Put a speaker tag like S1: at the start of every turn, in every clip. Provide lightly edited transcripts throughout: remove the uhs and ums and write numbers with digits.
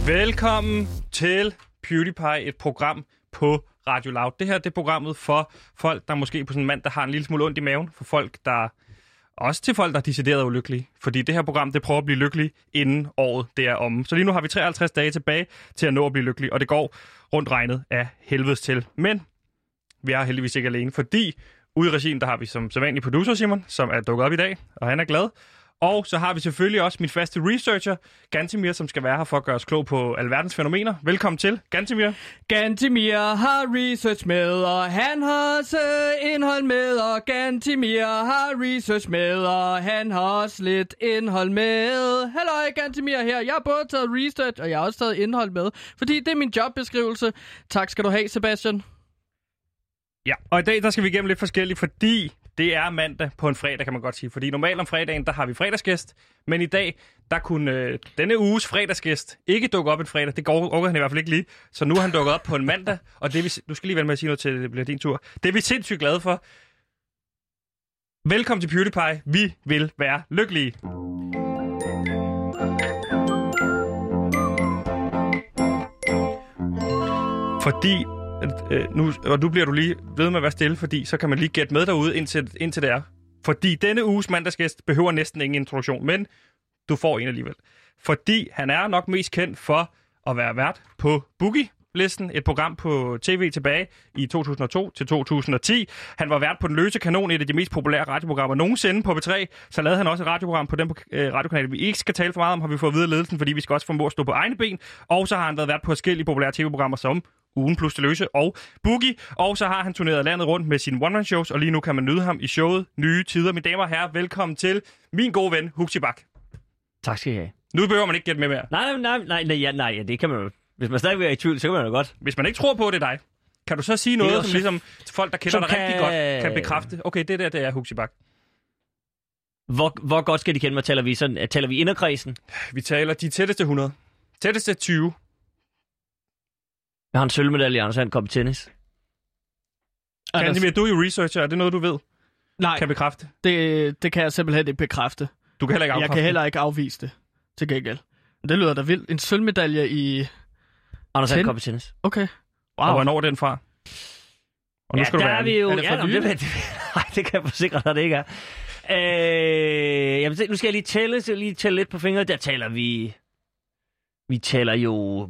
S1: Velkommen til PewDiePie, et program på Radio Loud. Det her det er programmet for folk, der måske på sådan en mand, der har en lille smule ondt i maven. For folk, der også til folk, der er decideret ulykkelige. Fordi det her program, det prøver at blive lykkelig inden året det er omme. Så lige nu har vi 53 dage tilbage til at nå at blive lykkelig. Og det går rundt regnet af helvedes til. Men vi er heldigvis ikke alene, fordi ude i regien, der har vi som sædvanlig producer Simon, som er dukket op i dag, og han er glad. Og så har vi selvfølgelig også min faste researcher, Gantemir, som skal være her for at gøre os klog på alverdens fænomener. Velkommen til, Gantemir.
S2: Gantemir har research med, og han har også indhold med, og Gantemir har research med, og han har også lidt indhold med. Halløj, Gantemir her. Jeg har både taget research, og jeg har også taget indhold med, fordi det er min jobbeskrivelse. Tak skal du have, Sebastian.
S1: Ja, og i dag der skal vi igennem lidt forskelligt, fordi det er mandag på en fredag, kan man godt sige. Fordi normalt om fredagen, der har vi fredagsgæst. Men i dag, der kunne denne uges fredagsgæst ikke dukke op en fredag. Det går han i hvert fald ikke lige. Så nu er han dukket op på en mandag. Og det du skal lige vende med at sige noget til, det bliver din tur. Det er vi sindssygt glade for. Velkommen til PewDiePie. Vi vil være lykkelige. Fordi nu bliver du lige ved med at være stille, fordi så kan man lige gætte med derude, indtil det er. Fordi denne uges mandagsgæst behøver næsten ingen introduktion, men du får en alligevel. Fordi han er nok mest kendt for at være vært på Boogie-listen, et program på tv tilbage i 2002 til 2010. Han var vært på Den Løse Kanon, et af de mest populære radioprogrammer nogensinde på B3. Så lavede han også et radioprogram på den radiokanal, vi ikke skal tale for meget om, har vi fået videre ledelsen, fordi vi skal også formå at stå på egne ben. Og så har han været vært på forskellige populære tv-programmer som Ugen plus det løse og Boogie. Og så har han turneret landet rundt med sine one-man-shows, og lige nu kan man nyde ham i showet Nye Tider. Mine damer og herrer, velkommen til min gode ven, Huxi Bak.
S2: Tak skal I have.
S1: Nu behøver man ikke gætte med mere.
S2: Nej, det kan man jo. Hvis man stadig er i tvivl, så kan man jo godt.
S1: Hvis man ikke tror på, det er dig, kan du så sige noget, som ligesom folk, der kender dig rigtig godt, kan bekræfte? Okay, det er Huxi Bak.
S2: Hvor godt skal de kende mig? Taler vi inderkredsen?
S1: Vi taler de tætteste 100. Tætteste 20.
S2: Jeg har en sølvmedalje, Anders Sand, kom i tennis.
S1: Gantemir, du er jo researcher. Er det noget, du ved?
S3: Nej,
S1: kan bekræfte?
S3: Det kan jeg simpelthen ikke bekræfte.
S1: Du kan heller ikke afkræfte?
S3: Jeg kan heller ikke afvise det, til gengæld. Det lyder da vildt. En sølvmedalje i...
S2: Anders Sand, kom i tennis.
S3: Okay.
S1: Wow. Og hvornår er den fra? Og nu skal du være
S2: vi jo...
S3: Er det for nylig?
S2: Nej, det kan jeg forsikre dig, det ikke er. Nu skal jeg lige tælle lidt på fingre. Der taler vi... Vi taler jo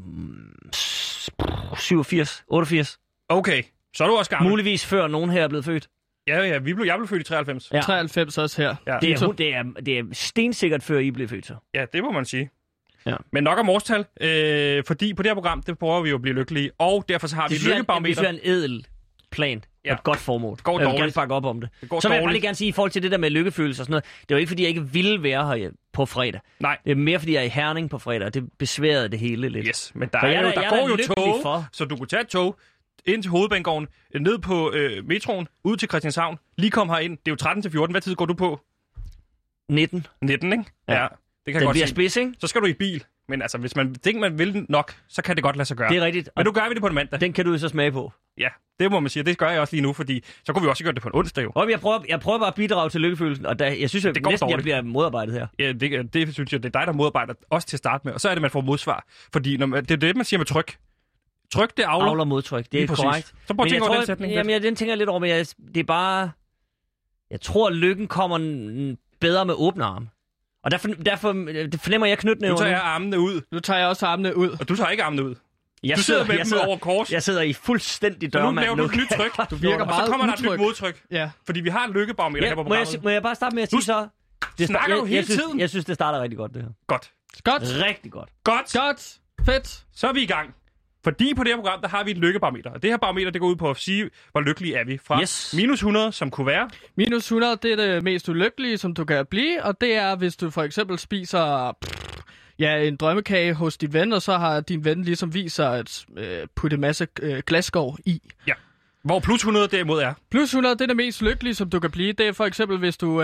S2: 87, 88.
S1: Okay, så er du også gammel.
S2: Muligvis før nogen her er blevet født.
S1: Ja, jeg blev født i 93.
S3: Ja. 93 også her.
S1: Ja.
S2: Det er stensikkert før I blev født så.
S1: Ja, det må man sige.
S2: Ja.
S1: Men nok om årstal, fordi på det her program, det prøver vi jo at blive lykkelige, og derfor så har vi et lykkebarometer.
S2: Det er en edel plan. Ja. Et godt formål.
S1: Jeg vil
S2: gerne bakke op om det. Så vil jeg bare lige gerne sige, i forhold til det der med lykkefølelse og sådan noget, det er jo ikke, fordi jeg ikke ville være her på fredag.
S1: Nej.
S2: Det er mere, fordi jeg er i Herning på fredag, og det besværede det hele lidt.
S1: Yes, men der går jo tog, så du kunne tage et tog ind til Hovedbanegården, ned på metroen, ud til Christianshavn, lige kom herind. Det er jo 13 til 14. Hvad tid går du på?
S2: 19.
S1: 19, ikke? Ja. Det kan
S2: den
S1: jeg godt
S2: bliver
S1: se.
S2: spids, ikke?
S1: Så skal du i bil. Men altså, hvis man tænker, man vil nok, så kan det godt lade sig gøre.
S2: Det er rigtigt.
S1: Men nu gør vi det på en mandag.
S2: Den kan du så smage på.
S1: Ja, det må man sige. Det gør jeg også lige nu, fordi så kunne vi også gøre det på en onsdag jo.
S2: Jeg prøver bare at bidrage til lykkefølelsen, og jeg synes, at jeg bliver modarbejdet her.
S1: Ja, det synes jeg, det er dig, der modarbejder også til at starte med. Og så er det, man får modsvar. Fordi det er det, man siger med tryk. Tryk, det
S2: avler modtryk. Det er korrekt.
S1: Så prøv at tænke over den sætning.
S2: Jamen, den tænker jeg lidt over, men det er bare... Jeg tror, at lykken kommer bedre med åbne arme. Og derfor fornemmer jeg knytnæverne.
S1: Nu tager jeg armene ud.
S3: Nu tager jeg også armene ud.
S1: Og du tager ikke armene ud. Du sidder med dem over kors.
S2: Jeg sidder i fuldstændig dørmand nu.
S1: Nu laver du et nyt tryk.
S3: Du virker meget
S1: og så kommer
S3: utryg.
S1: der et nyt modtryk.
S3: Ja.
S1: Fordi vi har en lykkebarometer her på programmet.
S2: Må jeg bare starte med at sige så?
S1: Det snakker du hele tiden.
S2: Jeg synes, det starter rigtig godt, det her.
S1: Godt.
S2: Rigtig godt.
S3: Godt. Fedt.
S1: Så er vi i gang. Fordi på det her program, der har vi et lykkebarometer. Og det her barometer, det går ud på at sige, hvor lykkelige er vi. Fra minus 100, som kunne være...
S3: Minus 100, det er det mest ulykkelige, som du kan blive. Og det er, hvis du for eksempel spiser en drømmekage hos din ven, og så har din ven ligesom vist sig at putte en masse glasskår i.
S1: Ja. Hvor plus 100 derimod er?
S3: Plus 100, det er det mest lykkelige, som du kan blive. Det er for eksempel, hvis du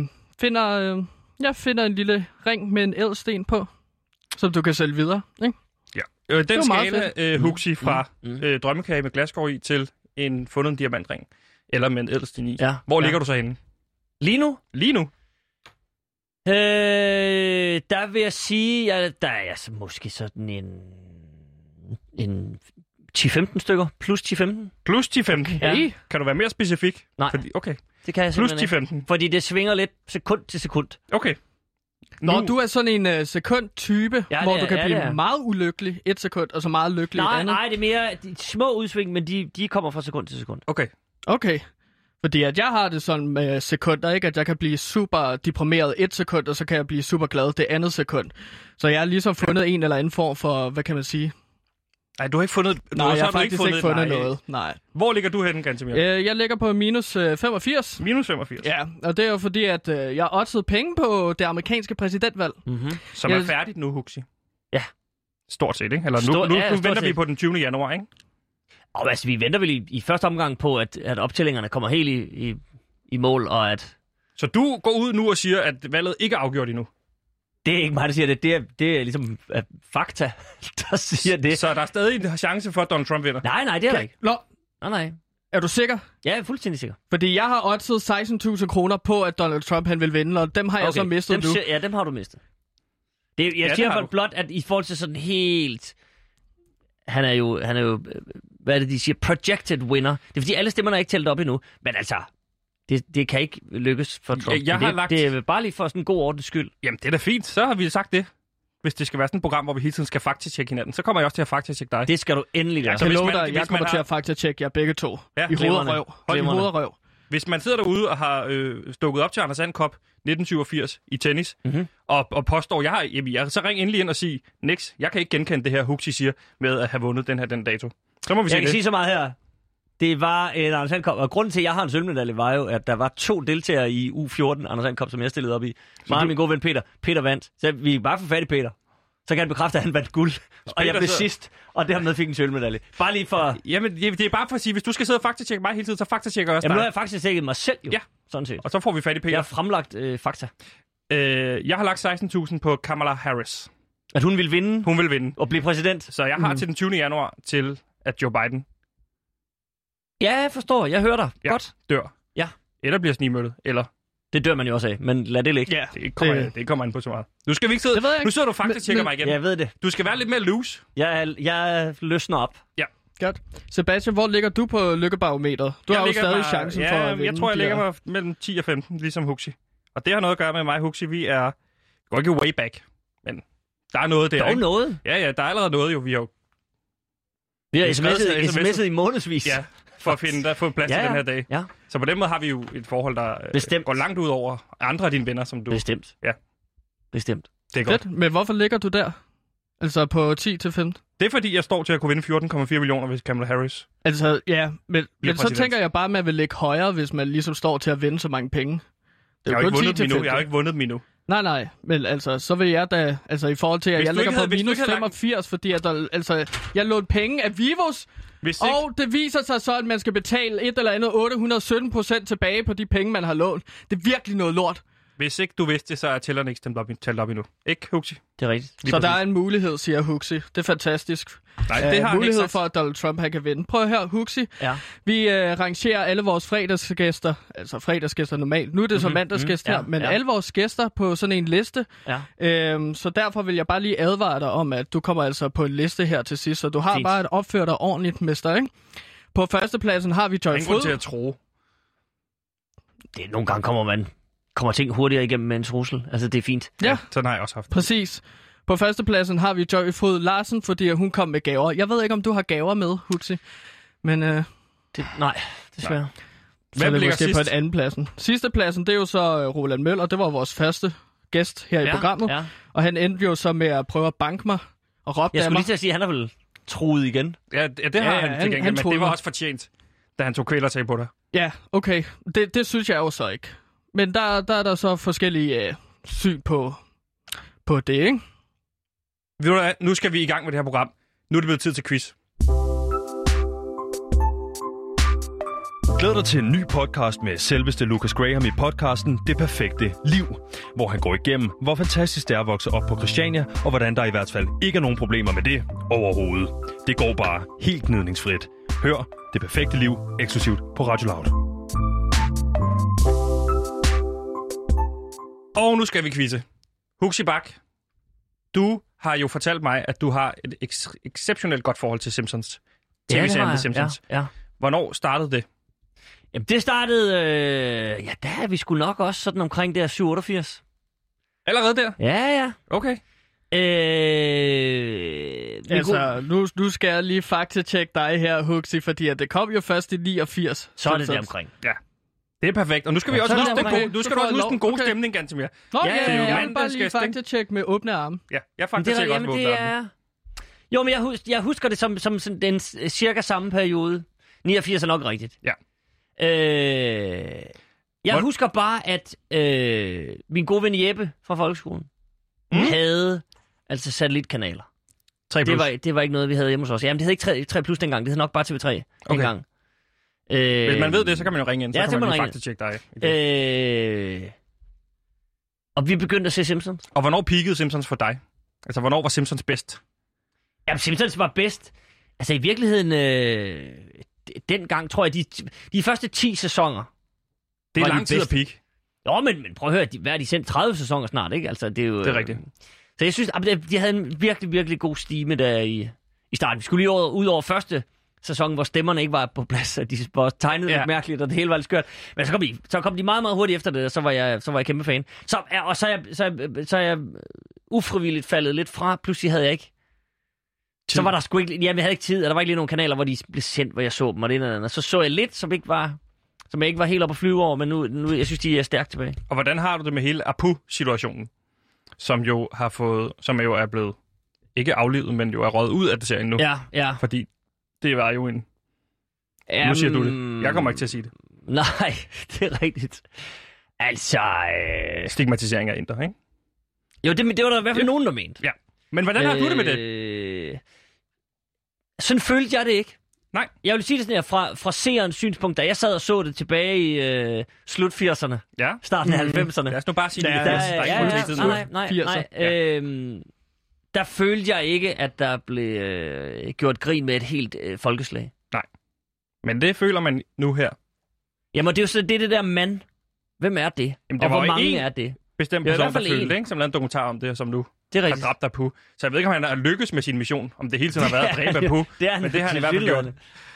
S3: finder en lille ring med en ædelsten på, som du kan sælge videre, ikke?
S1: Den skala, Huxi, fra drømmekage med glasskår i til fundet en diamantring. Eller med en ædelsten i.
S2: Ja.
S1: Hvor ligger du så henne?
S2: Lige nu?
S1: Lige nu?
S4: Der vil jeg sige, der er altså måske sådan en 10-15 stykker. Plus 10-15.
S1: Plus 10-15.
S4: Ja.
S1: Kan du være mere specifik?
S4: Nej.
S1: Okay.
S4: Det kan jeg
S1: Plus
S4: simpelthen
S1: 10-15.
S4: Fordi det svinger lidt sekund til sekund.
S1: Okay.
S3: Når du er sådan en sekund-type,
S4: Ja,
S3: hvor
S4: det
S3: du kan
S4: er,
S3: blive
S4: det er.
S3: meget ulykkelig et sekund, og så meget lykkelig et andet.
S4: Nej, det er mere de små udsving, men de kommer fra sekund til sekund.
S1: Okay.
S3: Okay. Fordi at jeg har det sådan med sekunder, ikke? At jeg kan blive super deprimeret et sekund, og så kan jeg blive super glad det andet sekund. Så jeg har ligesom fundet en eller anden form for, hvad kan man sige?
S1: Nej, du har ikke fundet...
S3: Nej, jeg har faktisk ikke fundet noget. Nej.
S1: Hvor ligger du henne, Gantemir?
S3: Jeg ligger på minus 85.
S1: Minus 85.
S3: Ja, og det er jo fordi, at jeg oddsede penge på det amerikanske præsidentvalg.
S4: Mm-hmm.
S1: Som er færdigt nu, Huxi.
S4: Ja.
S1: Stort set, ikke? Eller nu venter vi på den 20. januar, ikke?
S4: Og altså, vi venter vel i første omgang på, at optællingerne kommer helt i mål, og at...
S1: Så du går ud nu og siger, at valget ikke er afgjort endnu?
S4: Det er ikke mig, der siger det. Det er ligesom fakta, der siger det.
S1: Så der er stadig en chance for, at Donald Trump vinder?
S4: Nej, det er der ikke.
S3: Nå,
S4: Nej.
S3: er du sikker?
S4: Jeg er fuldstændig sikker.
S3: Fordi jeg har oddset 16.000 kroner på, at Donald Trump han vil vinde, og dem har jeg så mistet nu.
S4: Ja, dem har du mistet. Jeg siger blot, at i forhold til sådan helt... Han er jo, hvad er det, de siger? Projected winner. Det er fordi, alle stemmerne er ikke talt op endnu. Men altså, det kan ikke lykkes for Trump. Det er bare lige for sådan en god ordens skyld.
S1: Jamen, det er da fint. Så har vi sagt det. Hvis det skal være sådan et program, hvor vi hele tiden skal faktatjekke hinanden, så kommer jeg også til at faktatjekke dig.
S4: Det skal du endelig gøre.
S3: Jeg kommer til at faktatjekke jer begge to.
S1: Ja,
S3: I hoved og røv.
S1: I hoved og røv. Hvis man sidder derude og har stukket op til Anders And Cup 1987 i tennis, og påstår, jeg så ring endelig ind og sig, Nix, jeg kan ikke genkende det her, Huxi siger, med at have vundet den dato. Så må vi se det.
S4: Jeg kan sige så meget her. Det var en Anders And Cup, og grunden til, at jeg har en sølvmedalje, var jo, at der var 2 deltagere i U14 Anders And Cup, som jeg stillede op i. Mig og min gode ven Peter. Peter vandt. Så vi er bare for fat i Peter. Så kan han bekræfte, at han vandt guld. Og jeg blev sidst, og dermed fik en sølvmedalje. Bare lige for...
S1: Jamen, det er bare for at sige, hvis du skal sidde og faktatjekke mig hele tiden, så faktatjekker jeg også dig.
S4: Jamen, nu har jeg faktisk tjekket mig selv jo.
S1: Ja.
S4: Sådan set.
S1: Og så får vi fat i Peter.
S4: Jeg har fremlagt fakta.
S1: Jeg har lagt 16.000 på Kamala Harris.
S4: At hun vil vinde?
S1: Hun vil vinde.
S4: Og blive præsident?
S1: Så jeg har til den 20. januar til, at Joe Biden...
S4: Ja, jeg forstår. Jeg hører dig.
S1: Ja,
S4: godt.
S1: Dør.
S4: Ja.
S1: Eller bliver snigmøllet. Eller...
S4: Det dør man jo også af, men lad det ligge.
S1: Ja, det kommer ind på så meget. Nu skal vi ikke sidde... Nu sidder du faktisk tjekker mig igen.
S4: Jeg ved det.
S1: Du skal være lidt mere loose.
S4: Jeg løsner op.
S1: Ja.
S3: Godt. Sebastian, hvor ligger du på lykkebarometeret? Du har jo stadig chancen for at vinde.
S1: Jeg tror, jeg ligger mig mellem 10 og 15, ligesom Huxi. Og det har noget at gøre med mig, Huxi. Vi går ikke way back, men der er noget der.
S4: Der er noget?
S1: Ja, der er allerede noget jo. Vi har
S4: sms'et i månedsvis.
S1: Ja, for at få plads til den her dag.
S4: Ja.
S1: Så på den måde har vi jo et forhold, der går langt ud over andre af dine venner, som du...
S4: Bestemt.
S1: Ja.
S4: Bestemt.
S1: Det er godt.
S3: Men hvorfor ligger du der? Altså på 10 til 15?
S1: Det er fordi, jeg står til at kunne vinde 14,4 millioner, hvis Kamala Harris...
S3: Altså, ja, men så tænker jeg bare, at man vil ligge højere, hvis man ligesom står til at vinde så mange penge.
S1: Jeg har jo ikke vundet dem endnu.
S3: Nej, men altså, så vil jeg da, altså i forhold til, at jeg ligger på minus 85, fordi at jeg lånte penge af Vivos, og det viser sig så, at man skal betale et eller andet 817% tilbage på de penge, man har lånt. Det er virkelig noget lort.
S1: Hvis ikke du vidste det, så er tællerne ikke talt op endnu. Ikke, Huxi?
S4: Det er rigtigt.
S3: Så der er en mulighed, siger Huxi. Det er fantastisk.
S1: Nej, det har
S3: mulighed for, at Donald Trump kan vinde. Prøv at høre, Huxi.
S4: Ja.
S3: Vi rangerer alle vores fredagsgæster, altså fredagsgæster normalt. Nu er det så mandagsgæst her, men alle vores gæster på sådan en liste.
S4: Ja.
S3: Så derfor vil jeg bare lige advare dig om, at du kommer altså på en liste her til sidst, så du har bare at opføre dig ordentligt, mester, ikke? På førstepladsen har vi Joy Fryd.
S1: Til at tro.
S4: Det nogle gange kommer ting hurtigere igennem med en trussel. Altså, det er fint.
S3: Ja,
S1: sådan har jeg også haft.
S3: Præcis. På førstepladsen har vi Joy Fryd Larsen, fordi hun kom med gaver. Jeg ved ikke, om du har gaver med, Huxi. Men
S4: nej, desværre.
S3: Hvem ligger sidst? På et anden pladsen. Sidste pladsen, det er jo så Roland Møller. Det var vores første gæst her i programmet. Ja. Og han endte jo så med at prøve at banke mig og råbe af mig.
S4: Jeg skulle lige til at sige, at han har vel truet igen.
S1: Ja, det har han til gengæld, men det var også fortjent, da han tog kvælertag på dig.
S3: Ja, okay. Det synes jeg jo så ikke. Men der er så forskellige syn på det, ikke?
S1: Ved du hvad? Nu skal vi i gang med det her program. Nu er det blevet tid til quiz.
S5: Glæd dig til en ny podcast med selveste Lucas Graham i podcasten Det Perfekte Liv, hvor han går igennem, hvor fantastisk det er at vokse op på Christiania, og hvordan der i hvert fald ikke er nogen problemer med det overhovedet. Det går bare helt gnidningsfrit. Hør Det Perfekte Liv eksklusivt på Radio Loud.
S1: Og nu skal vi quizze. Huxi Bak, du har jo fortalt mig, at du har et exceptionelt godt forhold til Simpsons. TV-serien The Simpsons.
S4: Ja.
S1: Hvornår startede det?
S4: Jamen, det startede... der er vi sgu nok også sådan omkring der 87.
S1: Allerede der?
S4: Ja.
S1: Okay.
S3: Nu skal jeg lige faktatjekke dig her, Huxi, fordi det kom jo først i 89.
S4: Så er det der omkring.
S1: Ja. Det er perfekt. Og nu skal vi også huske den gode stemning, Gantemir.
S3: Jeg vil bare lige faktatjekke med åbne arme.
S1: Ja, jeg faktatjekker også med åbne arme.
S4: Jo, men jeg husker det som den cirka samme periode. 89 er nok rigtigt.
S1: Ja.
S4: Jeg husker bare, at min gode ven Jeppe fra folkeskolen havde altså satellitkanaler.
S1: 3+.
S4: Det var ikke noget, vi havde hjemme hos os. Jamen, det hed ikke 3+ dengang. Det hed nok bare TV3 dengang.
S1: Hvis man ved det, så kan man jo ringe ind. Så kan man lige faktatjekke dig.
S4: Og vi begyndte at se Simpsons.
S1: Og hvornår peakede Simpsons for dig? Altså, hvornår var Simpsons bedst?
S4: Jamen, Simpsons var bedst. Altså, i virkeligheden... dengang, tror jeg, de første 10 sæsoner...
S1: Det er lang tid at peak.
S4: Jo, men prøv at høre, hvad er de sendt? 30 sæsoner snart, ikke? Altså, det er jo... Det
S1: er rigtigt.
S4: Så jeg synes, at de havde en virkelig, virkelig god stime der i starten. Vi skulle lige ud over første sæson, hvor stemmerne ikke var på plads, og de var tegnet lidt mærkeligt, og det hele var lidt skørt. Men så kom de meget, meget hurtigt efter det, og så var jeg kæmpe fan. Så er jeg ufrivilligt faldet lidt fra, pludselig havde jeg ikke. Så var der sgu ikke... Jamen, jeg havde ikke tid, og der var ikke lige nogle kanaler, hvor de blev sendt, hvor jeg så dem, og det eller andet. Så jeg lidt, som jeg ikke var helt oppe at flyve over, men nu jeg synes, de er stærkt tilbage. Og
S1: hvordan har du det med hele Apu-situationen, som jo er blevet ikke aflivet, men jo er røget ud af det serien nu?
S4: Ja.
S1: Fordi det var jo en... Nu siger du det. Jeg kommer ikke til at sige det.
S4: Nej, det er rigtigt. Altså...
S1: Stigmatisering af indre, ikke?
S4: Jo, det var der i hvert fald nogen, der mente.
S1: Ja. Men hvordan har du det med det?
S4: Sådan følte jeg det ikke.
S1: Nej.
S4: Jeg vil sige det sådan her, fra seerens synspunkt, da jeg sad og så det tilbage i slut 80'erne. Ja. Starten af 90'erne.
S1: Lad os nu bare sige det.
S4: Nej. Der følte jeg ikke, at der blev gjort grin med et helt folkeslag.
S1: Nej. Men det føler man nu her.
S4: Jamen, det er jo så det der mand. Hvem er det?
S1: Jamen,
S4: og hvor mange er det?
S1: Bestemt person, der følte, ikke? Som lavede en dokumentar om det, som nu har dræbt Apu. Så jeg ved ikke, om han har lykkes med sin mission, om det hele tiden har været at dræbe Apu. Men det har han i hvert fald gjort.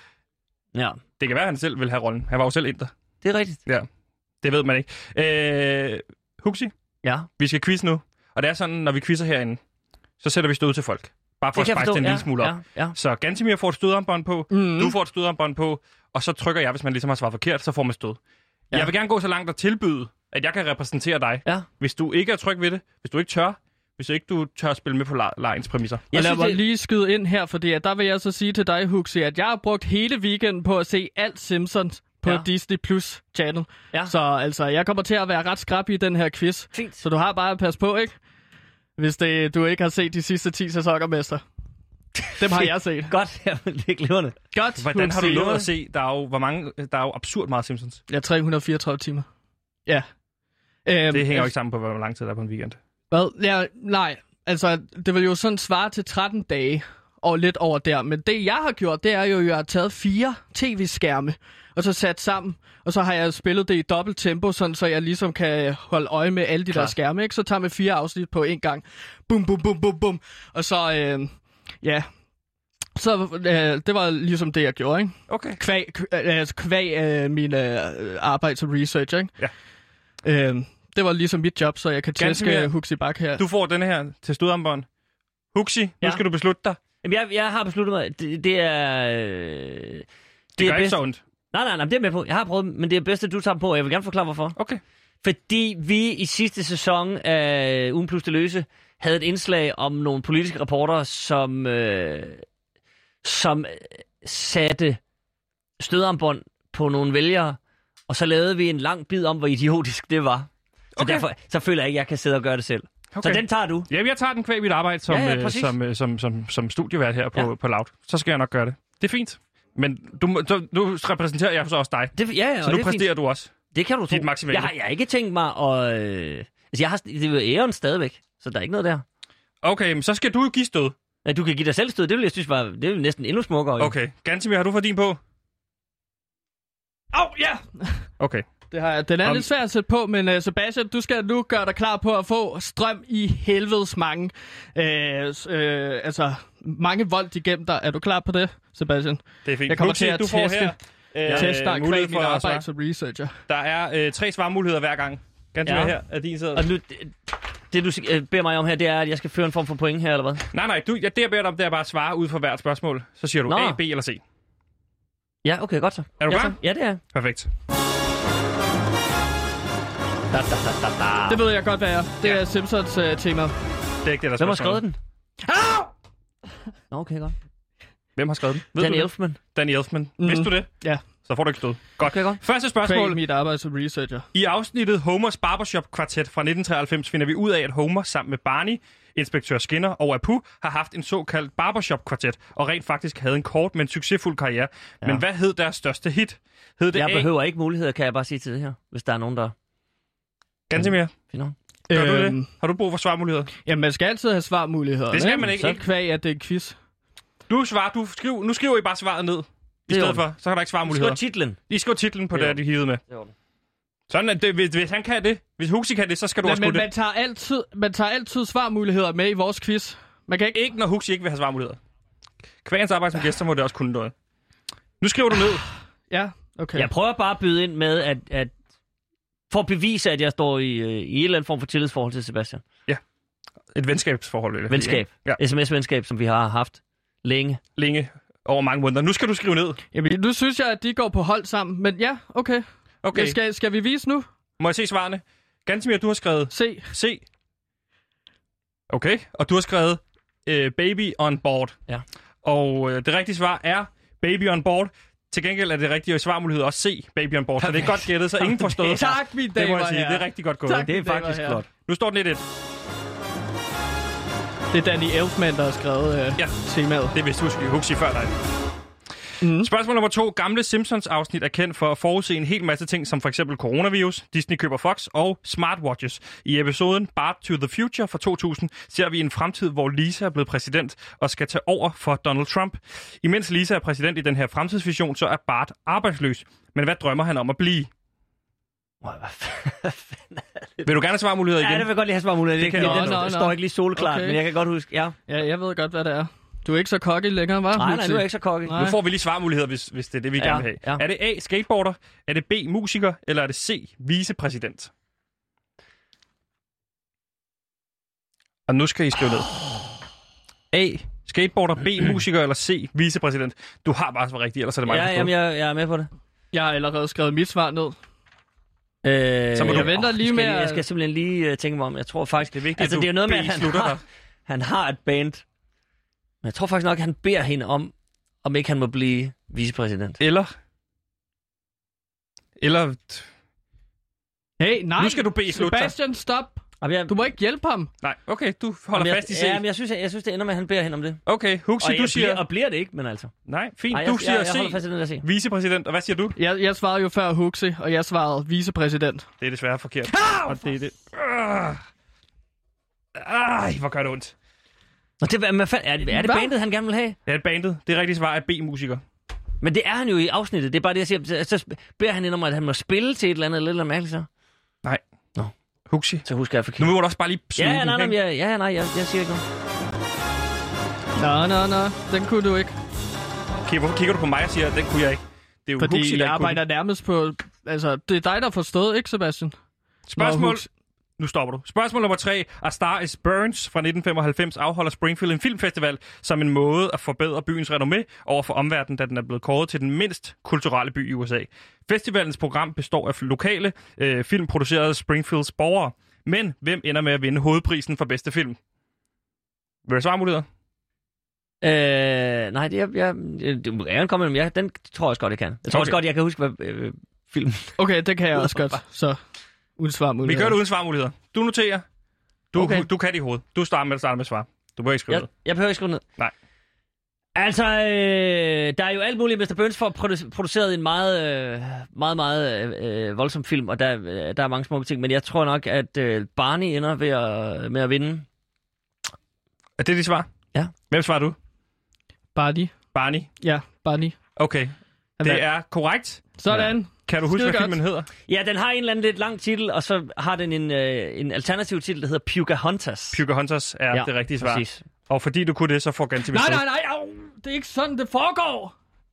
S4: Ja.
S1: Det kan være, at han selv vil have rollen. Han var jo selv inder.
S4: Det er rigtigt.
S1: Ja, det ved man ikke. Huxi?
S4: Ja?
S1: Vi skal quiz nu. Og det er sådan, når vi quizzer herinde, så sætter vi stød til folk. Bare for at spejse den en lille smule op.
S4: Ja.
S1: Så Gantemir får et stødarmbånd på, du får et stødarmbånd på, og så trykker jeg, hvis man ligesom har svaret forkert, så får man stød. Ja. Jeg vil gerne gå så langt og tilbyde, at jeg kan repræsentere dig. Ja. Hvis du ikke er tryg ved det, hvis du ikke tør spille med på lejens præmisser.
S3: Jeg lader mig lige skyde ind her, fordi der vil jeg så sige til dig, Huxi, at jeg har brugt hele weekenden på at se alt Simpsons på Disney Plus channel. Ja. Så altså, jeg kommer til at være ret skrap i den her quiz. Fint. Så du har bare at passe på, ikke? Hvis du ikke har set de sidste 10 sæsoner, mester. Dem har jeg set.
S4: Godt, det er glimrende.
S1: Godt. Hvordan har du nået at se? Der er jo absurd meget Simpsons.
S3: Ja, 334 timer. Ja.
S1: Det hænger jo ikke sammen på, hvor lang tid der er på en weekend.
S3: Hvad? Ja, nej. Altså, det vil jo sådan svare til 13 dage og lidt over der. Men det, jeg har gjort, det er jo, at jeg har taget 4 tv-skærme og så sat sammen. Og så har jeg spillet det i dobbelt tempo, sådan, så jeg ligesom kan holde øje med alle de der skærme. Ikke? Så tager man 4 afsnit på en gang. Bum, bum, bum, bum, bum. Og så, Så det var ligesom det, jeg gjorde, ikke?
S1: Okay.
S3: Kvæg min arbejde som researcher, ikke? Ja. Det var ligesom mit job, så jeg kan tæske Huxi Bak her.
S1: Du får denne her til stødarmbånd. Huxi, nu skal du beslutte dig.
S4: Jamen, jeg har besluttet mig. Det er...
S1: det gør ikke så ondt.
S4: Nej, det er med på. Jeg har prøvet, men det er bedst, at du tager på. Jeg vil gerne forklare, hvorfor.
S1: Okay.
S4: Fordi vi i sidste sæson af Ugen Plus Det Løse havde et indslag om nogle politiske reportere, som satte stødarmbånd på nogle vælgere, og så lavede vi en lang bid om, hvor idiotisk det var. Så derfor så føler jeg ikke, at jeg kan sidde og gøre det selv. Okay. Så den tager du.
S1: Ja, jeg tager den kvæg mit arbejde som studievært her på Loud. Så skal jeg nok gøre det. Det er fint. Men nu repræsenterer jeg så også dig. Så nu præsterer du også.
S4: Det kan du tro. Jeg har ikke tænkt mig at... det er jo æren stadigvæk, så der er ikke noget der.
S1: Okay, men så skal du jo give stød.
S4: Ja, du kan give dig selv stød. Det vil jeg synes var næsten endnu smukkere.
S1: Okay. Gantemir, har du fået din på?
S3: Ja!
S1: Okay.
S3: Det har jeg. Den er lidt svær at sætte på, men Sebastian, du skal nu gøre dig klar på at få strøm i helvedes mange. Mange volt igennem dig. Er du klar på det, Sebastian?
S1: Det er fint.
S3: Jeg kommer til at teste dig
S1: mulighed
S3: mit arbejde som researcher.
S1: Der er 3 svarmuligheder hver gang. Ganske her er din side.
S4: Og nu, det du beder mig om her, det er, at jeg skal føre en form for point her, eller hvad?
S1: Nej, det jeg beder dig om, det er bare at svare ud fra hvert spørgsmål. Så siger du A, B eller C.
S4: Ja, okay, godt så.
S1: Er du klar?
S4: Ja, det er.
S1: Perfekt.
S3: Det ved jeg godt, hvad er. Det er Simpsons tema.
S1: Det er ikke det, der
S4: Hvem har skrevet den? Okay, godt.
S1: Hvem har skrevet den?
S4: Danny Elfman.
S1: Danny Elfman. Vidste du det?
S3: Ja.
S1: Så får du ikke stød. Godt.
S4: Okay, godt.
S1: Første spørgsmål.
S3: Mit arbejde som researcher.
S1: I afsnittet Homers Barbershop-kvartet fra 1993 finder vi ud af, at Homer sammen med Barney, inspektør Skinner og Apu har haft en såkaldt barbershop-kvartet, og rent faktisk havde en kort, men succesfuld karriere. Ja. Men hvad hed deres største hit? Hed det
S4: jeg behøver ikke muligheder, kan jeg bare sige til det her, hvis der er nogen, der...
S1: Ganske
S4: Finder.
S1: Gør du det? Har du brug for svarmuligheder?
S3: Jamen, man skal altid have svarmuligheder.
S1: Det skal man ikke.
S3: Så kvæg, at det er en quiz.
S1: Nu skriver I bare svaret ned. I stedet for, så har der ikke svarmuligheder.
S4: Skriv titlen.
S1: I skriver titlen på det, de hivede med. Sådan at hvis han kan det, hvis Huxi kan det, så skal du også kunne det.
S3: Man tager altid svarmuligheder med i vores quiz. Man kan
S1: ikke når Huxi ikke vil have svarmuligheder. Kvægens arbejde som gæst, så må det også kunne noget. Nu skriver du ned.
S3: Ja, okay.
S4: Jeg prøver bare at byde ind med, at for at bevise, at jeg står i en eller anden form for tillidsforhold til Sebastian.
S1: Ja. Et venskabsforhold. Eller
S4: venskab. Ja. SMS-venskab, som vi har haft længe.
S1: Over mange måneder. Nu skal du skrive ned.
S3: Jamen, nu synes jeg, at de går på hold sammen. Men ja, okay. Skal vi vise nu?
S1: Må jeg se svarene? Gantemir, du har skrevet... C. Okay. Og du har skrevet Baby on board.
S4: Ja.
S1: Og det rigtige svar er Baby on board. Til gengæld er det rigtige svarmulighed også C, Baby on board. Så det er godt gættet, så ingen forstår.
S3: Tak, mine damer.
S1: Det må jeg sige. Det er rigtig godt gået.
S4: Tak, det er faktisk flot.
S1: Nu står den 1-1.
S3: Det er Danny Elfman, der har skrevet temaet.
S1: Det vidste Huxi før dig. Spørgsmål nummer 2. Gamle Simpsons-afsnit er kendt for at forudse en hel masse ting, som for eksempel coronavirus, Disney køber Fox og smartwatches. I episoden Bart to the Future fra 2000 ser vi en fremtid, hvor Lisa er blevet præsident og skal tage over for Donald Trump. Imens Lisa er præsident i den her fremtidsvision, så er Bart arbejdsløs. Men hvad drømmer han om at blive? Vil du gerne svare muligheder igen?
S4: Ja, det vil jeg godt lige have svarmuligheder. Det står ikke lige solklart, men jeg kan godt huske. Ja,
S3: jeg ved godt, hvad det er. Du er ikke så cocky længere, hva'?
S4: Nej, nu er jeg ikke så cocky.
S1: Nu får vi lige svarmuligheder, hvis det er det, vi gerne vil have. Ja. Er det A, skateboarder? Er det B, musiker? Eller er det C, vicepræsident? Og nu skal I skrive ned. A, skateboarder, B, musiker eller C, vicepræsident. Du har bare svaret rigtigt, ellers er det mig,
S4: jamen, jeg er med på det.
S3: Jeg har allerede skrevet mit svar ned.
S1: Så må
S3: jeg venter lige med...
S4: Jeg skal simpelthen lige tænke mig om. Jeg tror faktisk,
S1: det er vigtigt,
S4: altså, det er noget med, at han har et band. Men jeg tror faktisk nok, at han beder hende om ikke han må blive vicepræsident.
S1: Eller...
S3: Hey, nej.
S1: Nu skal du bede slutte.
S3: Sebastian, stop. Du må ikke hjælpe ham.
S1: Nej, okay, du holder fast i C.
S4: Ja, men jeg synes, det ender med, at han beder hende om det.
S1: Okay, Huxi, du siger...
S4: Og bliver det ikke, men altså...
S1: Nej, fint. Du siger C,
S4: holder fast i den der C.
S1: Vicepræsident. Og hvad siger du?
S3: Jeg svarede jo før Huxi, og jeg svarede vicepræsident.
S1: Det er desværre forkert. Og det er det... hvor gør det ondt.
S4: Er det bandet, han gerne vil have?
S1: Ja, bandet. Det rigtige svar er B-musiker.
S4: Men det er han jo i afsnittet. Det er bare det, jeg siger. Så beder han ind om, at han må spille til et eller andet mærkeligt så.
S1: Nej.
S4: Nå.
S1: Huxi.
S4: Så husker jeg forkert.
S1: Nu må du også bare lige sluge
S4: jeg siger ikke
S3: noget. Nå. Den kunne du ikke.
S1: Hvorfor kigger du på mig og siger, at den kunne jeg ikke? Det er jo
S3: fordi
S1: Huxi,
S3: jeg arbejder nærmest på... Altså, det er dig, der har forstået, ikke Sebastian?
S1: Spørgsmål... Nu stopper du. Spørgsmål nummer 3. A Star is Burns fra 1995 afholder Springfield en filmfestival som en måde at forbedre byens renommé over for omverdenen, da den er blevet kåret til den mindst kulturelle by i USA. Festivalens program består af lokale film produceret af Springfields borgere. Men hvem ender med at vinde hovedprisen for bedste film? Vil du svare muligheder?
S4: Nej, det må gerne komme med. Den tror jeg også godt, jeg kan. Jeg tror også godt, jeg kan huske, hvad film...
S3: Okay, det kan jeg også godt. Så... Uden svarmuligheder.
S1: Vi gør det uden svarmuligheder. Du noterer. Du kan det i hovedet. Du starter med svar. Du behøver ikke skrive ned.
S4: Jeg behøver ikke skrive ned.
S1: Nej.
S4: Altså, der er jo alt muligt. Mr. Burns får produceret en meget voldsom film, og der er mange smukke ting. Men jeg tror nok, at Barney ender med at vinde.
S1: Er det dit svar?
S4: Ja.
S1: Hvem svarer du?
S3: Barney.
S1: Barney?
S3: Ja, Barney.
S1: Okay. Det er korrekt.
S3: Sådan.
S1: Kan du huske, hvad filmen hedder?
S4: Ja, den har en eller anden lidt lang titel, og så har den en alternativ titel, der hedder Pocahontas.
S1: Pocahontas er det rigtige svar. Præcis. Og fordi du kunne det, så får Gantemir.
S3: Nej, det er ikke sådan, det foregår.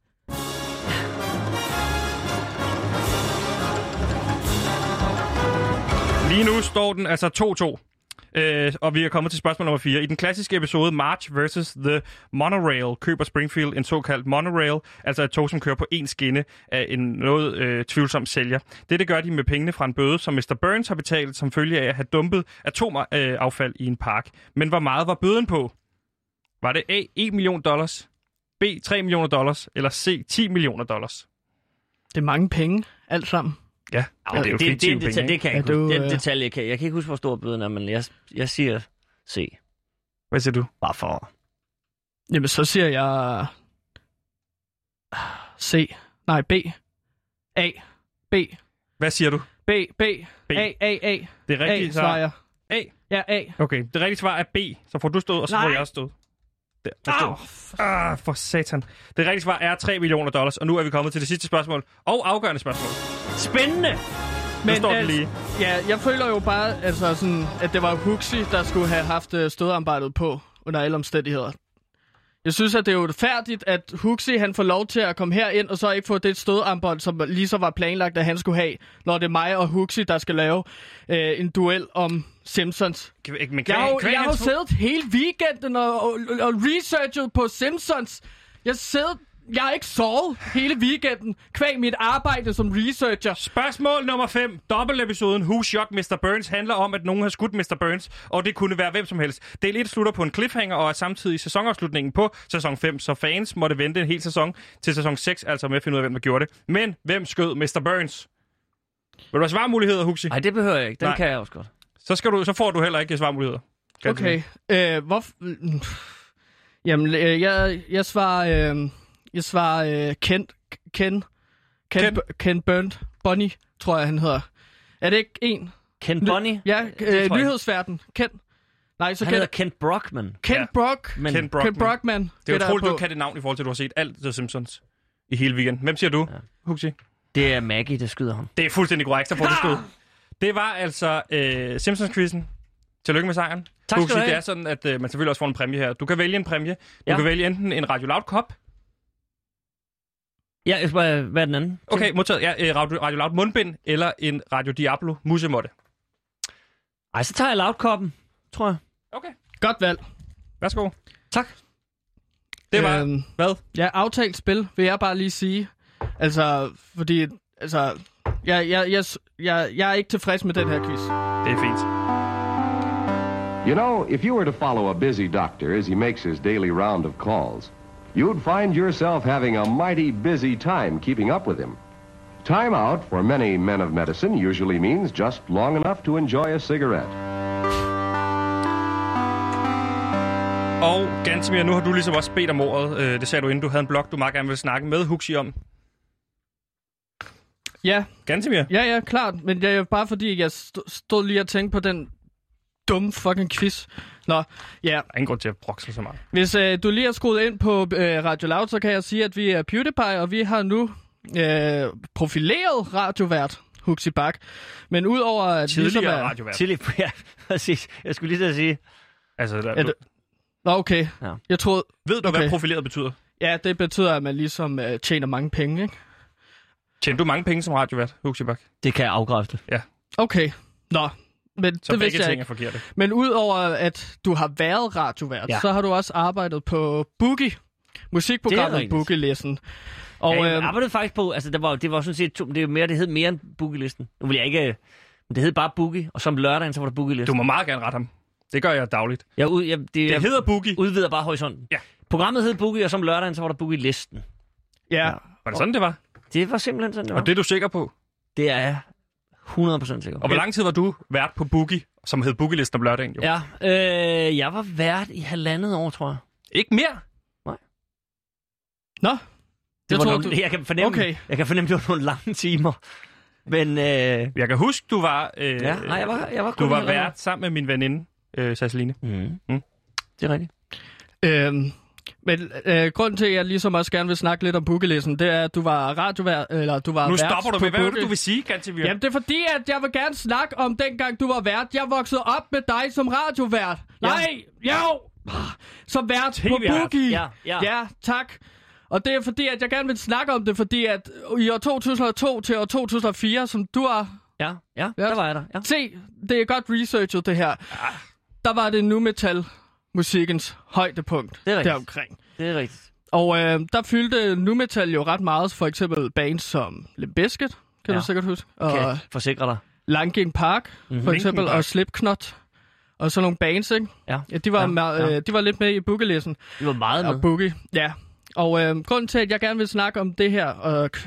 S1: Lige nu står den altså 2-2. Og vi er kommet til spørgsmål nummer 4. I den klassiske episode March vs. The Monorail køber Springfield en såkaldt monorail, altså et tog, som kører på en skinne af en noget tvivlsom sælger. Dette gør de med pengene fra en bøde, som Mr. Burns har betalt som følge af at have dumpet atomaffald i en park. Men hvor meget var bøden på? Var det A. $1 million, B. $3 million eller C. $10 million?
S3: Det er mange penge, alt sammen.
S1: Ja, det er jo fiktive penge.
S4: Det kan jeg ikke huske. Den detalje kan jeg kan ikke huske, hvor stor bøden er, men jeg siger C.
S1: Hvad siger du?
S4: Bare for...
S3: Jamen, så siger jeg... C. Nej, B. A. B.
S1: Hvad siger du?
S3: B. A.
S1: Det rigtige
S3: svarer jeg.
S1: A?
S3: Ja, A.
S1: Okay, det rigtige svar er B. Så får du stået, og så får jeg stået. For satan. Det rigtige svar er $3 million, og nu er vi kommet til det sidste spørgsmål. Og afgørende spørgsmål.
S4: Spændende!
S3: Men
S1: står den lige.
S3: Ja, jeg føler jo bare, altså sådan, at det var Huxley, der skulle have haft stødarbejdet på under alle omstændigheder. Jeg synes, at det er jo færdigt, at Huxley han får lov til at komme herind, og så ikke få det stødarmbånd, som lige så var planlagt, at han skulle have, når det er mig og Huxley, der skal lave en duel om Simpsons. Jeg har jo siddet hele weekenden og researchet på Simpsons. Jeg har ikke sovet hele weekenden, kvæg mit arbejde som researcher.
S1: Spørgsmål nummer 5. Dobbeltepisoden Who Shot Mr. Burns handler om, at nogen har skudt Mr. Burns, og det kunne være hvem som helst. Del 1 slutter på en cliffhanger og er samtidig sæsonafslutningen på sæson 5, så fans måtte vente en hel sæson til sæson 6, altså med at finde ud af, hvem der gjorde det. Men hvem skød Mr. Burns? Vil du have svarmuligheder, Huxi?
S4: Nej, det behøver jeg ikke. Den kan jeg også godt.
S1: Så får du heller ikke svarmuligheder.
S3: Okay. Jamen, jeg svarer... Jeg svarer Ken Bunny, tror jeg, han hedder. Er det ikke en?
S4: Ken Bunny?
S3: Ja, nyhedsverden. Ken. Nej, så
S4: han hedder Kent Brockman.
S3: Ken Brockman.
S1: Det er utroligt, du kan det navn i forhold til, at du har set alt The Simpsons i hele weekenden. Hvem siger du, Huxi?
S4: Det er Maggie, der skyder ham.
S1: Det er fuldstændig korrekt, så får du stået. Det var altså Simpsons-quizzen. Tillykke med sejren.
S4: Tak skal du have.
S1: Det er sådan, at man selvfølgelig også får en præmie her. Du kan vælge en præmie. Du kan vælge enten en Radio Loud-kop.
S4: Ja, hvad er den anden?
S1: Okay, modtaget. Ja, Radio Loud mundbind eller en Radio Diablo musemotte.
S4: Ej, så tager jeg Loud-koppen, tror jeg.
S1: Okay.
S3: Godt valg.
S1: Værsgo.
S4: Tak.
S1: Det var, hvad?
S3: Ja, aftalt spil, vil jeg bare lige sige. Altså, fordi, altså, jeg er ikke tilfreds med den her quiz.
S1: Det er fint.
S6: You know, if you were to follow a busy doctor as he makes his daily round of calls, you'd find yourself having a mighty busy time keeping up with him. Time out for many men of medicine usually means just long enough to enjoy a cigarette.
S1: Og Gantemir, nu har du ligesom også bedt om ordet. Det sagde du, inden du havde en blog, du meget gerne ville snakke med Huxi om.
S3: Ja.
S1: Gantemir?
S3: Ja, klart. Men det er bare fordi, jeg stod lige og tænkte på den dumme fucking quiz. Nå, ja.
S1: Der er ingen grund til at brokse så meget.
S3: Hvis du lige har skruet ind på Radio Loud, så kan jeg sige, at vi er PewDiePie, og vi har nu profileret radiovært Huxi Bach. Men udover at
S1: tidligere radiovært.
S4: Ja, præcis. Jeg skulle lige til at sige.
S1: Altså,
S3: okay.
S4: Ja.
S3: Jeg troede...
S1: Ved du, hvad profileret betyder?
S3: Ja, det betyder, at man ligesom tjener mange penge, ikke?
S1: Tjener du mange penge som radiovært, Huxi Bach?
S4: Det kan jeg afkræfte.
S1: Ja.
S3: Okay. Nå, men
S1: så
S3: det vidste jeg
S1: ting
S3: ikke.
S1: Er forkerte.
S3: Men udover at du har været radiovært, så har du også arbejdet på Boogie, musikprogrammet Boogie-listen.
S4: Og jeg arbejdede faktisk på, altså det var sådan set, det hed mere end Boogie-listen. Nu vil jeg ikke, men det hed bare Boogie, og som lørdagen, så var der Boogie-listen.
S1: Du må meget gerne rette ham. Det gør jeg dagligt.
S4: Det
S1: hedder Boogie.
S4: Udvider bare horisonten.
S1: Ja.
S4: Programmet hed Boogie, og som lørdagen, så var der Boogie-listen.
S3: Ja.
S1: Var det sådan, det var?
S4: Det var simpelthen sådan, det var.
S1: Og det er du sikker på?
S4: Det er jeg 100% sikker på.
S1: Og hvor lang tid var du vært på Boogie, som hed Boogie-listen om lørdagen? Jo?
S4: Ja, jeg var vært i 1,5 år, tror jeg.
S1: Ikke mere?
S4: Nej.
S3: Nå.
S4: Jeg kan fornemme, det var nogle lange timer. Men
S1: jeg kan huske, du var...
S4: jeg var
S1: du var vært sammen med min veninde, Sasseline.
S4: Det er rigtigt.
S3: Men grunden til, at jeg ligesom også gerne vil snakke lidt om Boogie-listen, det er, at du var radiovært, eller du var
S1: nu
S3: vært
S1: stopper du med, hvad
S3: Boogie.
S1: du vil sige, Gantemir?
S3: Jamen, det er fordi, at jeg vil gerne snakke om dengang, du var vært. Jeg voksede op med dig som radiovært.
S4: Ja.
S3: Nej, jo! Som vært på Boogie. Ja, tak. Og det er fordi, at jeg gerne vil snakke om det, fordi at i år 2002 til år 2004, som du har...
S4: Ja, der var jeg der. Ja.
S3: Se, det er godt researchet, det her. Der var det nu metal musikkens højdepunkt deromkring.
S4: Det er rigtigt.
S3: Og der fyldte nu metal jo ret meget, for eksempel bands som Limp Bizkit, kan du sikkert huske. Og
S4: forsikre dig.
S3: Linkin Park, for eksempel, og Slipknot. Og sådan nogle bands, ikke?
S4: Ja,
S3: de var lidt med i Boogie-listen.
S4: De var meget med.
S3: Og Boogie, ja. Og grunden til, at jeg gerne vil snakke om det her,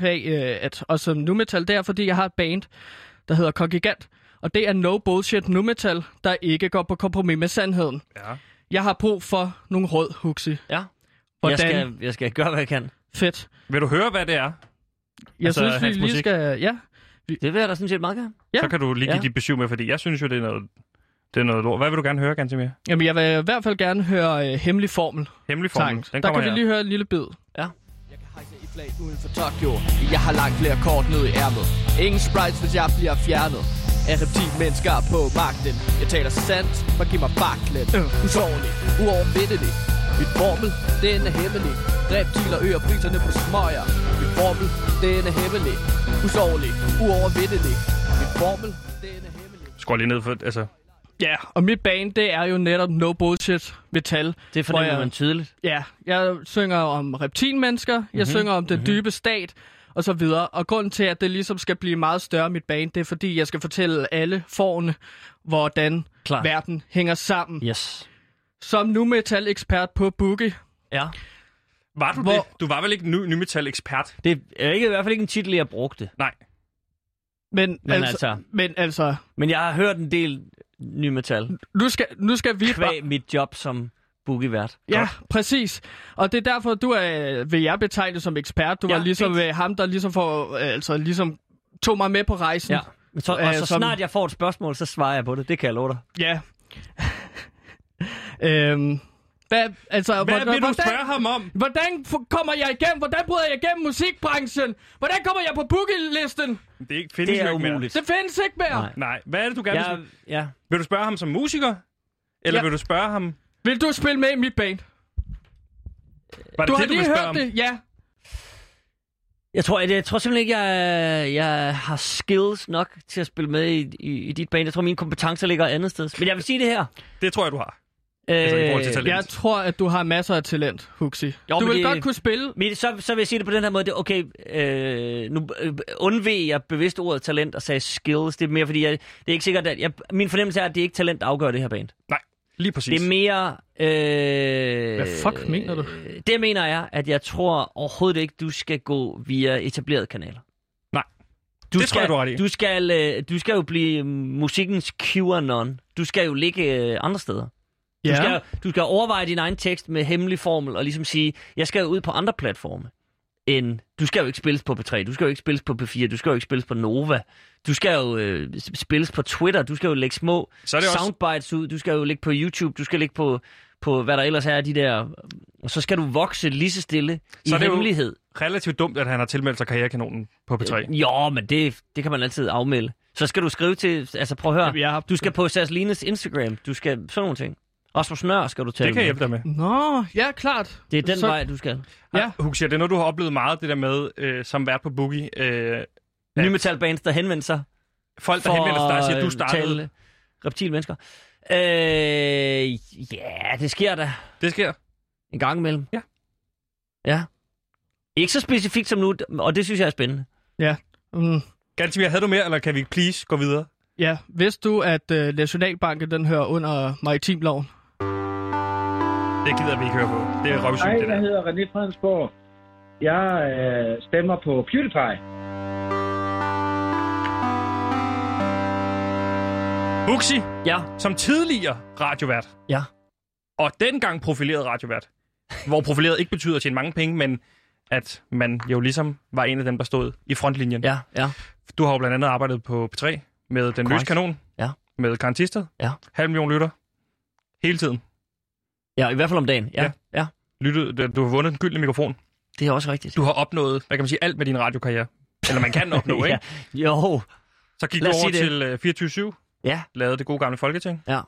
S3: og som nu metal, det er, fordi jeg har et band, der hedder Kongigant. Og det er no bullshit nu metal, der ikke går på kompromis med sandheden. Ja. Jeg har brug for nogle råd, Huxi.
S4: Ja.
S3: Hvordan?
S4: Jeg skal gøre, hvad jeg kan.
S3: Fedt.
S1: Vil du høre, hvad det er?
S3: Jeg synes, vi lige skal... Ja.
S4: Det vil jeg da sådan set meget gerne.
S1: Ja. Så kan du lige give dit besøg med, fordi jeg synes jo, det er noget lort. Hvad vil du gerne høre, Gantemir?
S3: Jamen, jeg vil i hvert fald gerne høre Hemmelig Formel.
S1: Hemmelig Formel, den
S3: der
S1: kommer
S3: kan vi lige høre en lille bid.
S4: Ja.
S2: Jeg kan hejse et flag uden for Tokyo. Jeg har langt flere kort ned i ærmet. Ingen sprites, hvis jeg bliver fjernet af reptilmennesker på magten. Jeg taler sandt, og giv mig faklen. Usårlig, uovervindelig. Mit formel, den er hemmelig. Reptiler øger priserne på smøger. Mit formel, den er hemmelig. Usårlig, uovervindelig. Mit formel, den er hemmelig.
S1: Skål lige ned for, altså...
S3: Ja, og mit band, det er jo netop no bullshit metal.
S4: Det fornemmer man tydeligt.
S3: Ja, jeg synger om reptilmennesker, jeg synger om den dybe stat, og så videre. Og grunden til, at det ligesom skal blive meget større, mit band, det er fordi, jeg skal fortælle alle forne, hvordan verden hænger sammen.
S4: Yes.
S3: Som nu metal-ekspert på Boogie.
S4: Ja.
S1: Var du det? Du var vel ikke nu metal-ekspert?
S4: Det er i hvert fald ikke en titel, jeg brugte.
S1: Nej.
S3: Men altså...
S4: Men jeg har hørt en del ny metal.
S3: Nu skal vi...
S4: Kvæg mit job som Boogie-vært.
S3: Ja, præcis. Og det er derfor, du vil jeg betegne som ekspert. Du var ligesom ham, der ligesom ligesom tog mig med på rejsen.
S4: Ja. Og så snart jeg får et spørgsmål, så svarer jeg på det. Det kan jeg love dig.
S3: Ja. Hvad
S1: vil du spørge ham om?
S3: Hvordan kommer jeg igennem? Hvordan bryder jeg igennem musikbranchen? Hvordan kommer jeg på Boogie-listen?
S4: Det er umuligt.
S3: Det findes ikke mere.
S1: Nej. Hvad er det, du gerne vil?
S4: Ja.
S1: Vil du spørge ham som musiker? Eller vil du spørge ham...
S3: Vil du spille med i mit band?
S1: Du har lige hørt det,
S3: ja.
S4: Jeg tror simpelthen ikke, jeg har skills nok til at spille med i dit band. Jeg tror, mine kompetencer ligger et andet sted. Men jeg vil sige det her.
S1: Det tror jeg, du har. Jeg
S3: tror, at du har masser af talent, Huxi. Du vil godt kunne spille.
S4: Men så vil jeg sige det på den her måde. Det, okay, nu undveg jeg bevidst ordet talent og sagde skills. Det er mere fordi, det er ikke sikkert, at min fornemmelse er, at det er ikke talent, der afgør det her band.
S1: Nej, lige præcis.
S4: Det er mere...
S3: Hvad fuck mener du?
S4: Det mener jeg, at jeg tror overhovedet ikke, du skal gå via etablerede kanaler.
S1: Nej, tror jeg, du har ret i.
S4: Du skal jo blive musikkens QAnon. Du skal jo ligge andre steder. Du skal overveje din egen tekst med hemmelig formel og ligesom sige, jeg skal jo ud på andre platforme. Du skal jo ikke spilles på P3, du skal jo ikke spilles på P4, du skal jo ikke spilles på Nova. Du skal jo spilles på Twitter, du skal jo lægge små soundbites ud, du skal jo lægge på YouTube, du skal lægge på hvad der ellers er de der... Og så skal du vokse lige så stille i hemmelighed.
S1: Det er relativt dumt, at han har tilmeldt sig Karrierekanonen på P3.
S4: Jo, men det kan man altid afmelde. Så skal du skrive til... Altså prøv at høre, du skal på Saslines Instagram, du skal sådan nogle ting. Rasmus Nør skal du tale med.
S1: Det kan jeg hjælpe dig med.
S3: Nå, ja, klart.
S4: Det er den vej, du skal.
S1: Ja. Huxi, det er noget, du har oplevet meget, det der med, som vært på Boogie.
S4: Nye metalbands, der henvender sig.
S1: Folk, der henvender sig, der siger, du startede.
S4: Reptilmennesker. Ja, det sker da.
S1: Det sker.
S4: En gang imellem.
S1: Ja.
S4: Ikke så specifikt som nu, og det synes jeg er spændende.
S3: Ja.
S1: Gantemir, havde du mere, eller kan vi please gå videre?
S3: Ja, vidste du, at Nationalbanken den hører under maritimloven?
S1: Det gider vi ikke høre på. Det er røvsygt, det der.
S7: Hej, jeg hedder René Fredensborg. Jeg stemmer på PewDiePie.
S1: Huxi,
S4: ja.
S1: Som tidligere radiovært,
S4: ja.
S1: Og dengang profileret radiovært, hvor profileret ikke betyder at tjene mange penge, men at man jo ligesom var en af dem, der stod i frontlinjen.
S4: Ja.
S1: Du har jo blandt andet arbejdet på P3 med Den Løse Kanon, med Karen Thisted, 500.000 lytter, hele tiden.
S4: Ja, i hvert fald om dagen. Ja.
S1: Du har vundet den gyldne mikrofon.
S4: Det er også rigtigt.
S1: Du har opnået, hvad kan man sige, alt med din radiokarriere. Eller man kan opnå, ikke?
S4: Ja. Jo.
S1: Så gik du over til 24/7.
S4: Ja.
S1: Lavede det gode gamle Folketing.
S4: Ja.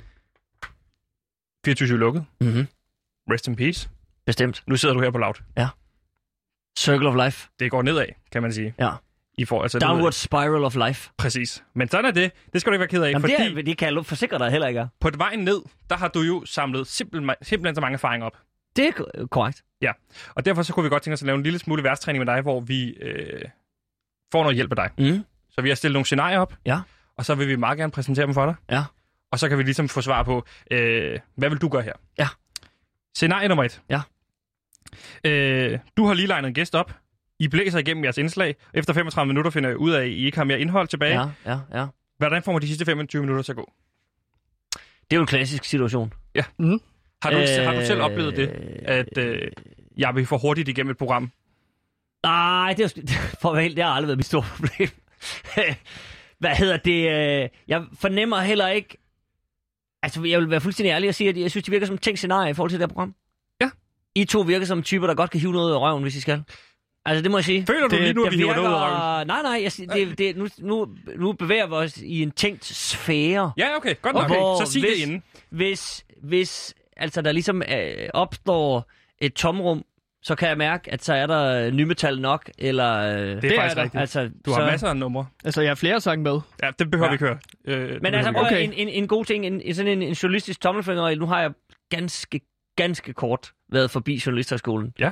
S1: 24/7 lukket.
S4: Mhm.
S1: Rest in peace.
S4: Bestemt.
S1: Nu sidder du her på Loud.
S4: Ja. Circle of life.
S1: Det går nedad, kan man sige.
S4: Ja.
S1: Altså,
S4: Downward spiral of life.
S1: Præcis. Men sådan er det. Det skal du ikke være ked af.
S4: Jamen,
S1: fordi
S4: det kan jeg forsikre dig heller ikke.
S1: på vejen ned, der har du jo samlet simpelthen så mange erfaringer op.
S4: Det er korrekt.
S1: Ja. Og derfor så kunne vi godt tænke os at lave en lille smule værtstræning med dig, hvor vi får noget hjælp af dig.
S4: Mm.
S1: Så vi har stillet nogle scenarier op.
S4: Ja.
S1: Og så vil vi meget gerne præsentere dem for dig.
S4: Ja.
S1: Og så kan vi ligesom få svar på, hvad vil du gøre her?
S4: Ja.
S1: Scenarie nummer 1.
S4: Ja.
S1: Du har lige legnet en gæst op. I blæser igennem jeres indslag. Efter 35 minutter finder I ud af, at I ikke har mere indhold tilbage.
S4: Ja.
S1: Hvordan får man de sidste 25 minutter til at gå?
S4: Det er jo en klassisk situation.
S1: Ja. Mm. Har du selv oplevet det, at jeg vil for hurtigt igennem et program?
S4: Nej, det har aldrig været mit store problem. Hvad hedder det? Jeg fornemmer heller ikke... Altså, jeg vil være fuldstændig ærlig og sige, at jeg synes, det virker som et tænkt scenarie i forhold til det her program.
S1: Ja.
S4: I to virker som typer, der godt kan hive noget af røven, hvis I skal. Altså, det må jeg sige.
S1: Føler du lige nu, at vi hiver noget ud af røven?
S4: Nej, nu bevæger vi os i en tænkt sfære.
S1: Ja, okay. Godt nok. Okay. Så sig det inden.
S4: Hvis altså, der ligesom opstår et tomrum, så kan jeg mærke, at så er der nymetal nok, eller...
S1: Det er faktisk rigtigt.
S4: Altså,
S1: du har masser af numre.
S2: Altså, jeg har flere sange med.
S1: Ja, det behøver vi ikke høre.
S4: Men altså, okay. en god ting, en journalistisk tommelfinger, nu har jeg ganske kort været forbi journalisterskolen.
S1: Ja.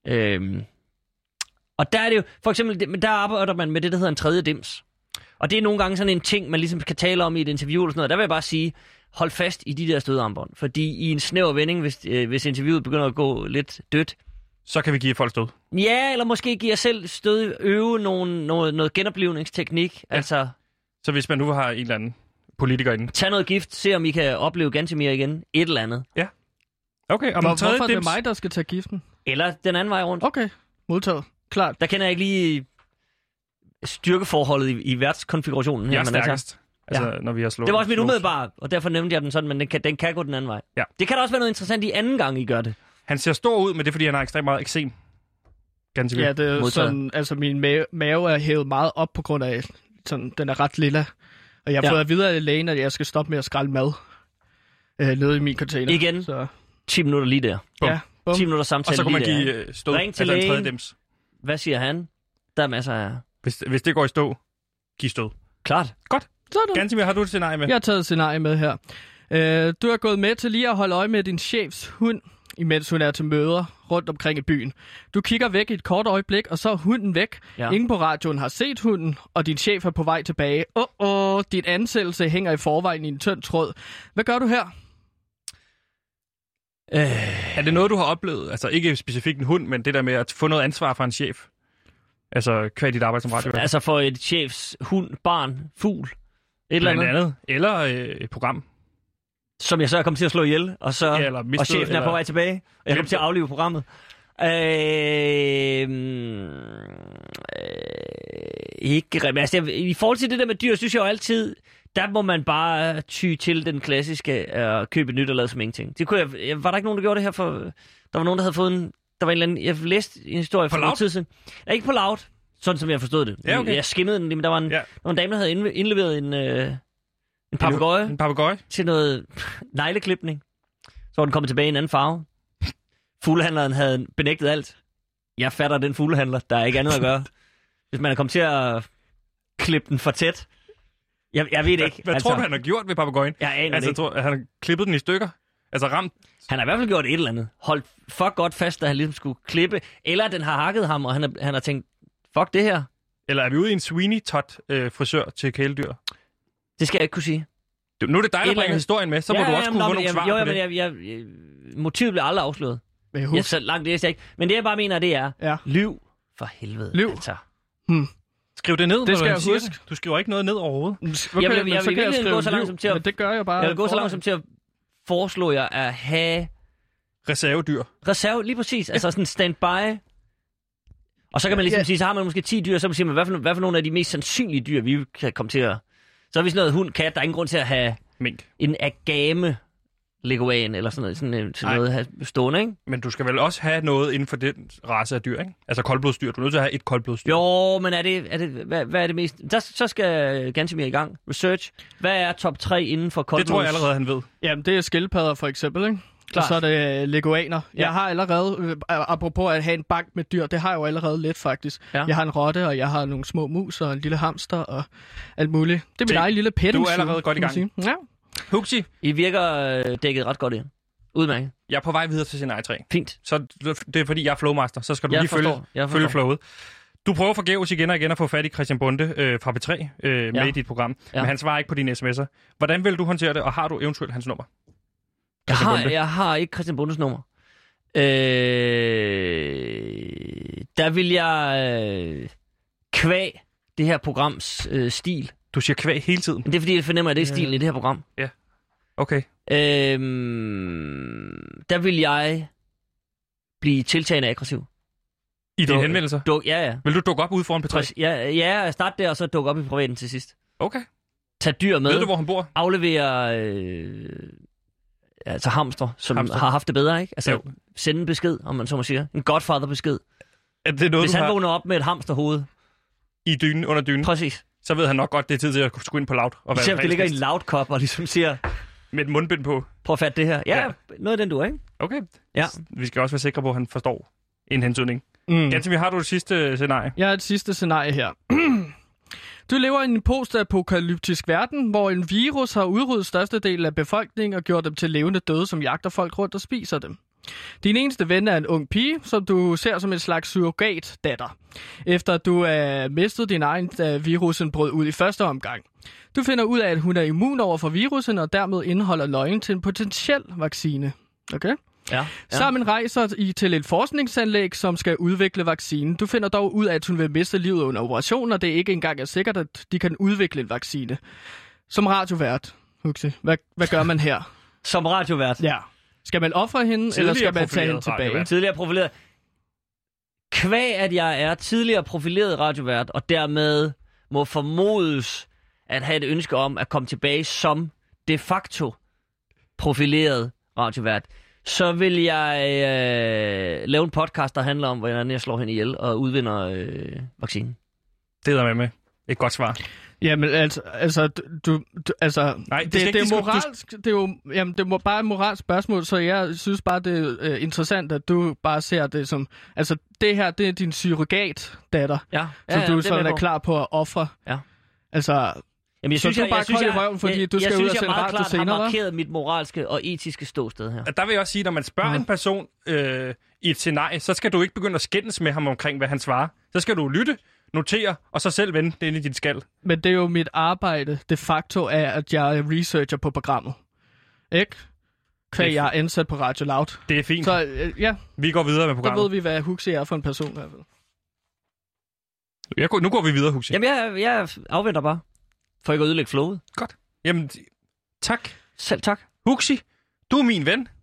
S4: Og der er det jo, for eksempel, der arbejder man med det, der hedder en tredje dims. Og det er nogle gange sådan en ting, man ligesom kan tale om i et interview eller sådan noget. Der vil jeg bare sige, hold fast i de der stødarmbånd. Fordi i en snæver vending, hvis interviewet begynder at gå lidt dødt,
S1: så kan vi give folk stød.
S4: Ja, eller måske give jer selv stød, øve noget genoplivningsteknik. Ja. Altså,
S1: så hvis man nu har en eller anden politiker inde.
S4: Tag noget gift, se om I kan opleve Gantemir igen. Et eller andet.
S1: Ja. Okay, og
S2: hvorfor er det mig, der skal tage giften?
S4: Eller den anden vej rundt.
S2: Okay, modtaget. Klart.
S4: Der kender jeg ikke lige styrkeforholdet i værtskonfigurationen.
S1: Jeg er stærkest. Altså, når vi har slået.
S4: Det var også mit umiddelbare, og derfor nævnte jeg den sådan, men den kan gå den anden vej.
S1: Ja.
S4: Det kan da også være noget interessant i anden gang, I gør det.
S1: Han ser stor ud, men det er, fordi han har ekstremt meget eksem. Ganske
S2: ja, det er sådan, altså min mave er hævet meget op på grund af, sådan, den er ret lilla. Og jeg har fået at vide af lægen, at jeg skal stoppe med at skrælle mad nede i min container.
S4: Igen.
S2: Så
S4: 10 minutter lige der.
S2: Bum. Ja,
S4: bum. 10 minutter samtale.
S1: Og så kan man give stå.
S4: Ring til lægen. Hvad siger han? Der er masser af...
S1: Hvis det går i stå, giv stød.
S4: Klart.
S1: Godt. Gantemir, har du et scenarie med?
S2: Jeg har taget et scenarie med her. Du er gået med til lige at holde øje med din chefs hund, imens hun er til møder rundt omkring i byen. Du kigger væk i et kort øjeblik, og så er hunden væk. Ja. Ingen på radioen har set hunden, og din chef er på vej tilbage. Din ansættelse hænger i forvejen i en tynd tråd. Hvad gør du her?
S1: Er det noget, du har oplevet? Altså ikke specifikt en hund, men det der med at få noget ansvar fra en chef? Altså kvad dit arbejde som radiovært?
S4: Altså for et chefs hund, barn, fugl, et eller andet.
S1: Eller et program.
S4: Som jeg så er kommet til at slå ihjel, og chefen er på vej tilbage, og jeg kommer til at aflive programmet. Ikke altså, i forhold til det der med dyr, synes jeg jo altid, der må man bare ty til den klassiske købe nyt og lade som ingenting. Det kunne var der ikke nogen, der gjorde det her for... Der var nogen, der havde fået en... Der var en eller anden... Jeg læste en historie for noget tid siden. Ja, ikke på Loud, sådan som jeg forstod det.
S1: Ja, okay.
S4: Jeg skimmede den, men der var en dame, der havde indleveret en papegøje.
S1: En papegøje?
S4: Til noget negleklipning. Så var den kommet tilbage i en anden farve. Fuglehandleren havde benægtet alt. Jeg fatter den fuglehandler, der er ikke andet at gøre. Hvis man er kommet til at klippe den for tæt. Jeg ved det ikke.
S1: Hvad tror du, han har gjort ved papegøjen?
S4: Jeg aner det ikke.
S1: Tror, han har klippet den i stykker? Altså ramt?
S4: Han har i hvert fald gjort et eller andet. Holdt fuck godt fast, da han ligesom skulle klippe. Eller den har hakket ham, og han har tænkt, fuck det her.
S1: Eller er vi ude i en Sweeney Todd frisør til kæledyr?
S4: Det skal jeg ikke kunne sige.
S1: Nu er det dig, der bringer historien med, så må du også kunne få nogle svar på det.
S4: Motivet bliver aldrig afsløret. Så langt det er jeg ikke. Men det jeg bare mener, det er, lyv for helvede.
S2: Lyv.
S4: Altså.
S1: Skriv det ned,
S2: det skal jeg huske.
S1: Du skriver ikke noget ned overhovedet.
S4: Jeg vil gå så langt som til at...
S2: Det gør jeg bare.
S4: Jeg vil gå så langt som til at foreslå jer at have...
S1: Reservedyr.
S4: Lige præcis. Altså sådan standby. Og så kan man ligesom sige, så har man måske 10 dyr, så siger man, hvad for nogle af de mest sandsynlige dyr, vi kan komme til at... Så er vi sådan noget hund, kat, der er ingen grund til at have
S1: mink.
S4: En agame leguan eller sådan noget stående, ikke?
S1: Men du skal vel også have noget inden for den race af dyr, ikke? Altså koldblodsdyr. Du er nødt til at have et koldblodsdyr.
S4: Jo, men hvad er det mest... Så skal Gantemir i gang. Research. Hvad er top 3 inden for koldblods?
S1: Det tror jeg allerede, han ved.
S2: Jamen, det er skildpadder for eksempel, ikke? Klar. Og så er det leguaner. Ja. Jeg har allerede, apropos at have en bank med dyr, det har jeg jo allerede lidt faktisk. Ja. Jeg har en rotte, og jeg har nogle små mus og en lille hamster og alt muligt. Det er min egen lille petting.
S1: Du er allerede godt i gang.
S2: Ja.
S1: Huxi.
S4: I virker dækket ret godt ind. Udmærket.
S1: Jeg er på vej videre til scenarie 3.
S4: Fint.
S1: Så det er fordi, jeg er flowmaster, så skal du lige følge flowet. Du prøver forgæves igen og igen at få fat i Christian Bonde fra P3 med i dit program, men han svarer ikke på dine sms'er. Hvordan vil du håndtere det, og har du eventuelt hans nummer?
S4: Jeg har ikke Christian Bondes nummer. Der vil jeg kvæg det her programs stil.
S1: Du siger kvæg hele tiden?
S4: Det er fordi, jeg fornemmer, at det er stilen i det her program.
S1: Ja. Okay.
S4: Der vil jeg blive tiltagende aggressiv.
S1: I dine henvendelser?
S4: Ja.
S1: Vil du dukke op ude foran P3?
S4: Ja, start der, og så dukke op i privaten til sidst.
S1: Okay.
S4: Tag dyr med.
S1: Ved du, hvor han bor?
S4: Aflevere altså hamster, som har haft det bedre, ikke? Altså sende en besked, om man så må sige. En Godfather-besked. Hvis han vågner op med et hamsterhoved.
S1: I dynen, under dynen?
S4: Præcis.
S1: Så ved han nok godt, det er tid til at skulle ind på loud. Og
S4: være det ligger i en loud-kop og ligesom siger...
S1: Med et mundbind på.
S4: Prøv at fatte det her. Ja, noget af den du, ikke?
S1: Okay.
S4: Ja.
S1: Vi skal også være sikre på, at han forstår en hensynning. Gantemir, har du det sidste scenarie?
S2: Jeg har et sidste scenarie her. Du lever i en post-apokalyptisk verden, hvor en virus har udryddet størstedelen af befolkningen og gjort dem til levende døde, som jagter folk rundt og spiser dem. Din eneste ven er en ung pige, som du ser som en slags surrogat-datter, efter at du har mistet din egen, da virusen brød ud i første omgang. Du finder ud af, at hun er immun over for virusen, og dermed indeholder løgnen til en potentiel vaccine. Okay?
S4: Ja.
S2: Sammen rejser I til et forskningsanlæg, som skal udvikle vaccinen. Du finder dog ud af, at hun vil miste livet under operationen, og det er ikke engang er sikkert, at de kan udvikle en vaccine. Som radiovært, Huxi, hvad gør man her?
S4: Som radiovært?
S2: Ja. Skal man ofre hende, eller skal man tage hende tilbage?
S4: Tidligere profileret. Kvæg, at jeg er tidligere profileret radiovært, og dermed må formodes at have et ønske om at komme tilbage som de facto profileret radiovært, så vil jeg lave en podcast, der handler om, hvordan jeg slår hende ihjel og udvinder vaccinen.
S1: Det er med. Et godt svar.
S2: Jamen, altså, nej, det er moralsk, det er jo, jamen, det er bare et moralsk spørgsmål, så jeg synes bare, det er interessant, at du bare ser det som, altså, det her, det er din surrogat-datter, som du sådan er klar på at ofre. Ja. Altså,
S4: jamen, jeg synes,
S2: så du bare kold i røven, fordi du skal ud og sende radio senere,
S4: har markeret mit moralske og etiske ståsted her.
S1: Der vil jeg også sige, når man spørger en person i et scenarie, så skal du ikke begynde at skændes med ham omkring, hvad han svarer. Så skal du lytte, notere, og så selv vende det ind i dit skal.
S2: Men det er jo mit arbejde, de facto, er, at jeg researcher på programmet. Ikke? Kvæg jeg er ansat på Radio Loud.
S1: Det er fint.
S2: Så ja.
S1: Vi går videre med programmet.
S2: Så ved vi, hvad Huxi er for en person i hvert fald.
S1: Nu går vi videre, Huxi.
S4: Jamen, jeg afventer bare. For ikke at ødelægge flowet.
S1: Godt. Jamen, tak.
S4: Selv tak.
S1: Huxi, du er min ven.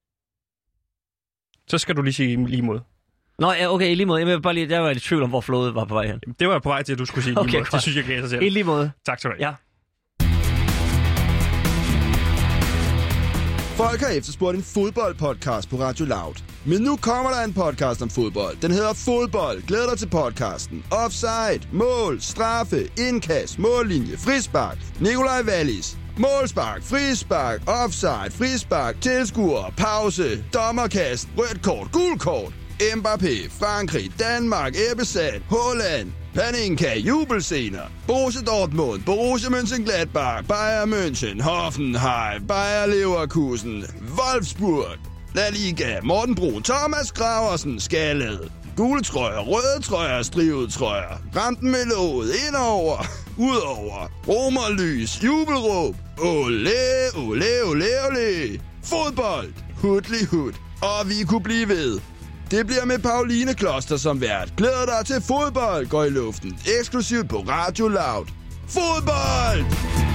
S1: Så skal du lige sige lige mod.
S4: Nå, ja, okay, i lige måde. Jeg bare lige, der var jeg i tvivl om, hvor flowet var på vej hen.
S1: Det var jeg på vej til, at du skulle sige lige måde. Det synes jeg gav sig selv.
S4: I lige måde.
S1: Tak skal du have.
S4: Ja.
S8: Folk har efterspurgt en fodboldpodcast på Radio Loud. Men nu kommer der en podcast om fodbold. Den hedder Fodbold. Glæd dig til podcasten. Offside, mål, straffe, indkast, mållinje, frispark, Nikolaj Wallis. Målspark, frispark, offside, frispark, tilskuer, pause, dommerkast, rødt kort, gul kort. Mbappé, Frankrig, Danmark, Ebbesat, Holland, Panenka, jubelscener, Borussia Dortmund, Borussia Mönchengladbach, Bayern München, Hoffenheim, Bayer Leverkusen, Wolfsburg, La Liga, Morten Brun, Thomas Graversen, Skallet, gule trøjer, røde trøjer, strivet trøjer, ramten med låget, indover, udover, romerlys, jubelråb, ole, ole, ole, ole, fodbold, hudlig hud, og vi kunne blive ved. Det bliver med Pauline Kloster som vært. Glæder dig til fodbold går i luften. Eksklusivt på Radio Loud. Fodbold!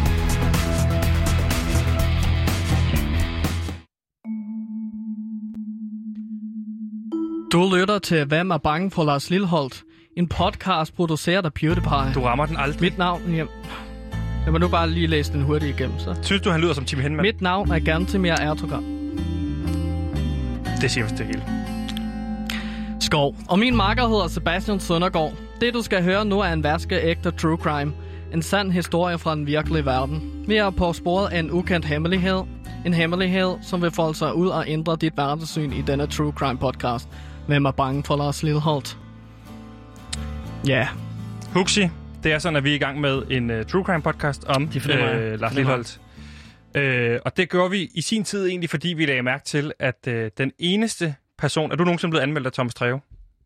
S2: Du lytter til Hvem er bange for Lars Lilholt? En podcast produceret af PewDiePie.
S1: Du rammer den aldrig.
S2: Mit navn,
S3: Lad mig nu bare lige læse den hurtigt igennem, så.
S1: Synes du, han lyder som Tim Henman?
S3: Mit navn er Gantemir Erdogan.
S1: Det siger vist det hele.
S3: Skov. Og min makker hedder Sebastian Søndergaard. Det, du skal høre nu, er en vaskeægte true crime. En sand historie fra den virkelige verden. Vi er på sporet af en ukendt hemmelighed. En hemmelighed, som vil folde sig ud og ændre dit verdenssyn i denne true crime podcast. Hvem er bange for Lars Lilholt? Ja. Yeah.
S1: Huxi, det er sådan, at vi er i gang med en true crime podcast om Lars Lilholt. Og det gør vi i sin tid egentlig, fordi vi lagde mærke til, at den eneste person... Er du nogensinde blevet anmeldt af Thomas Treve?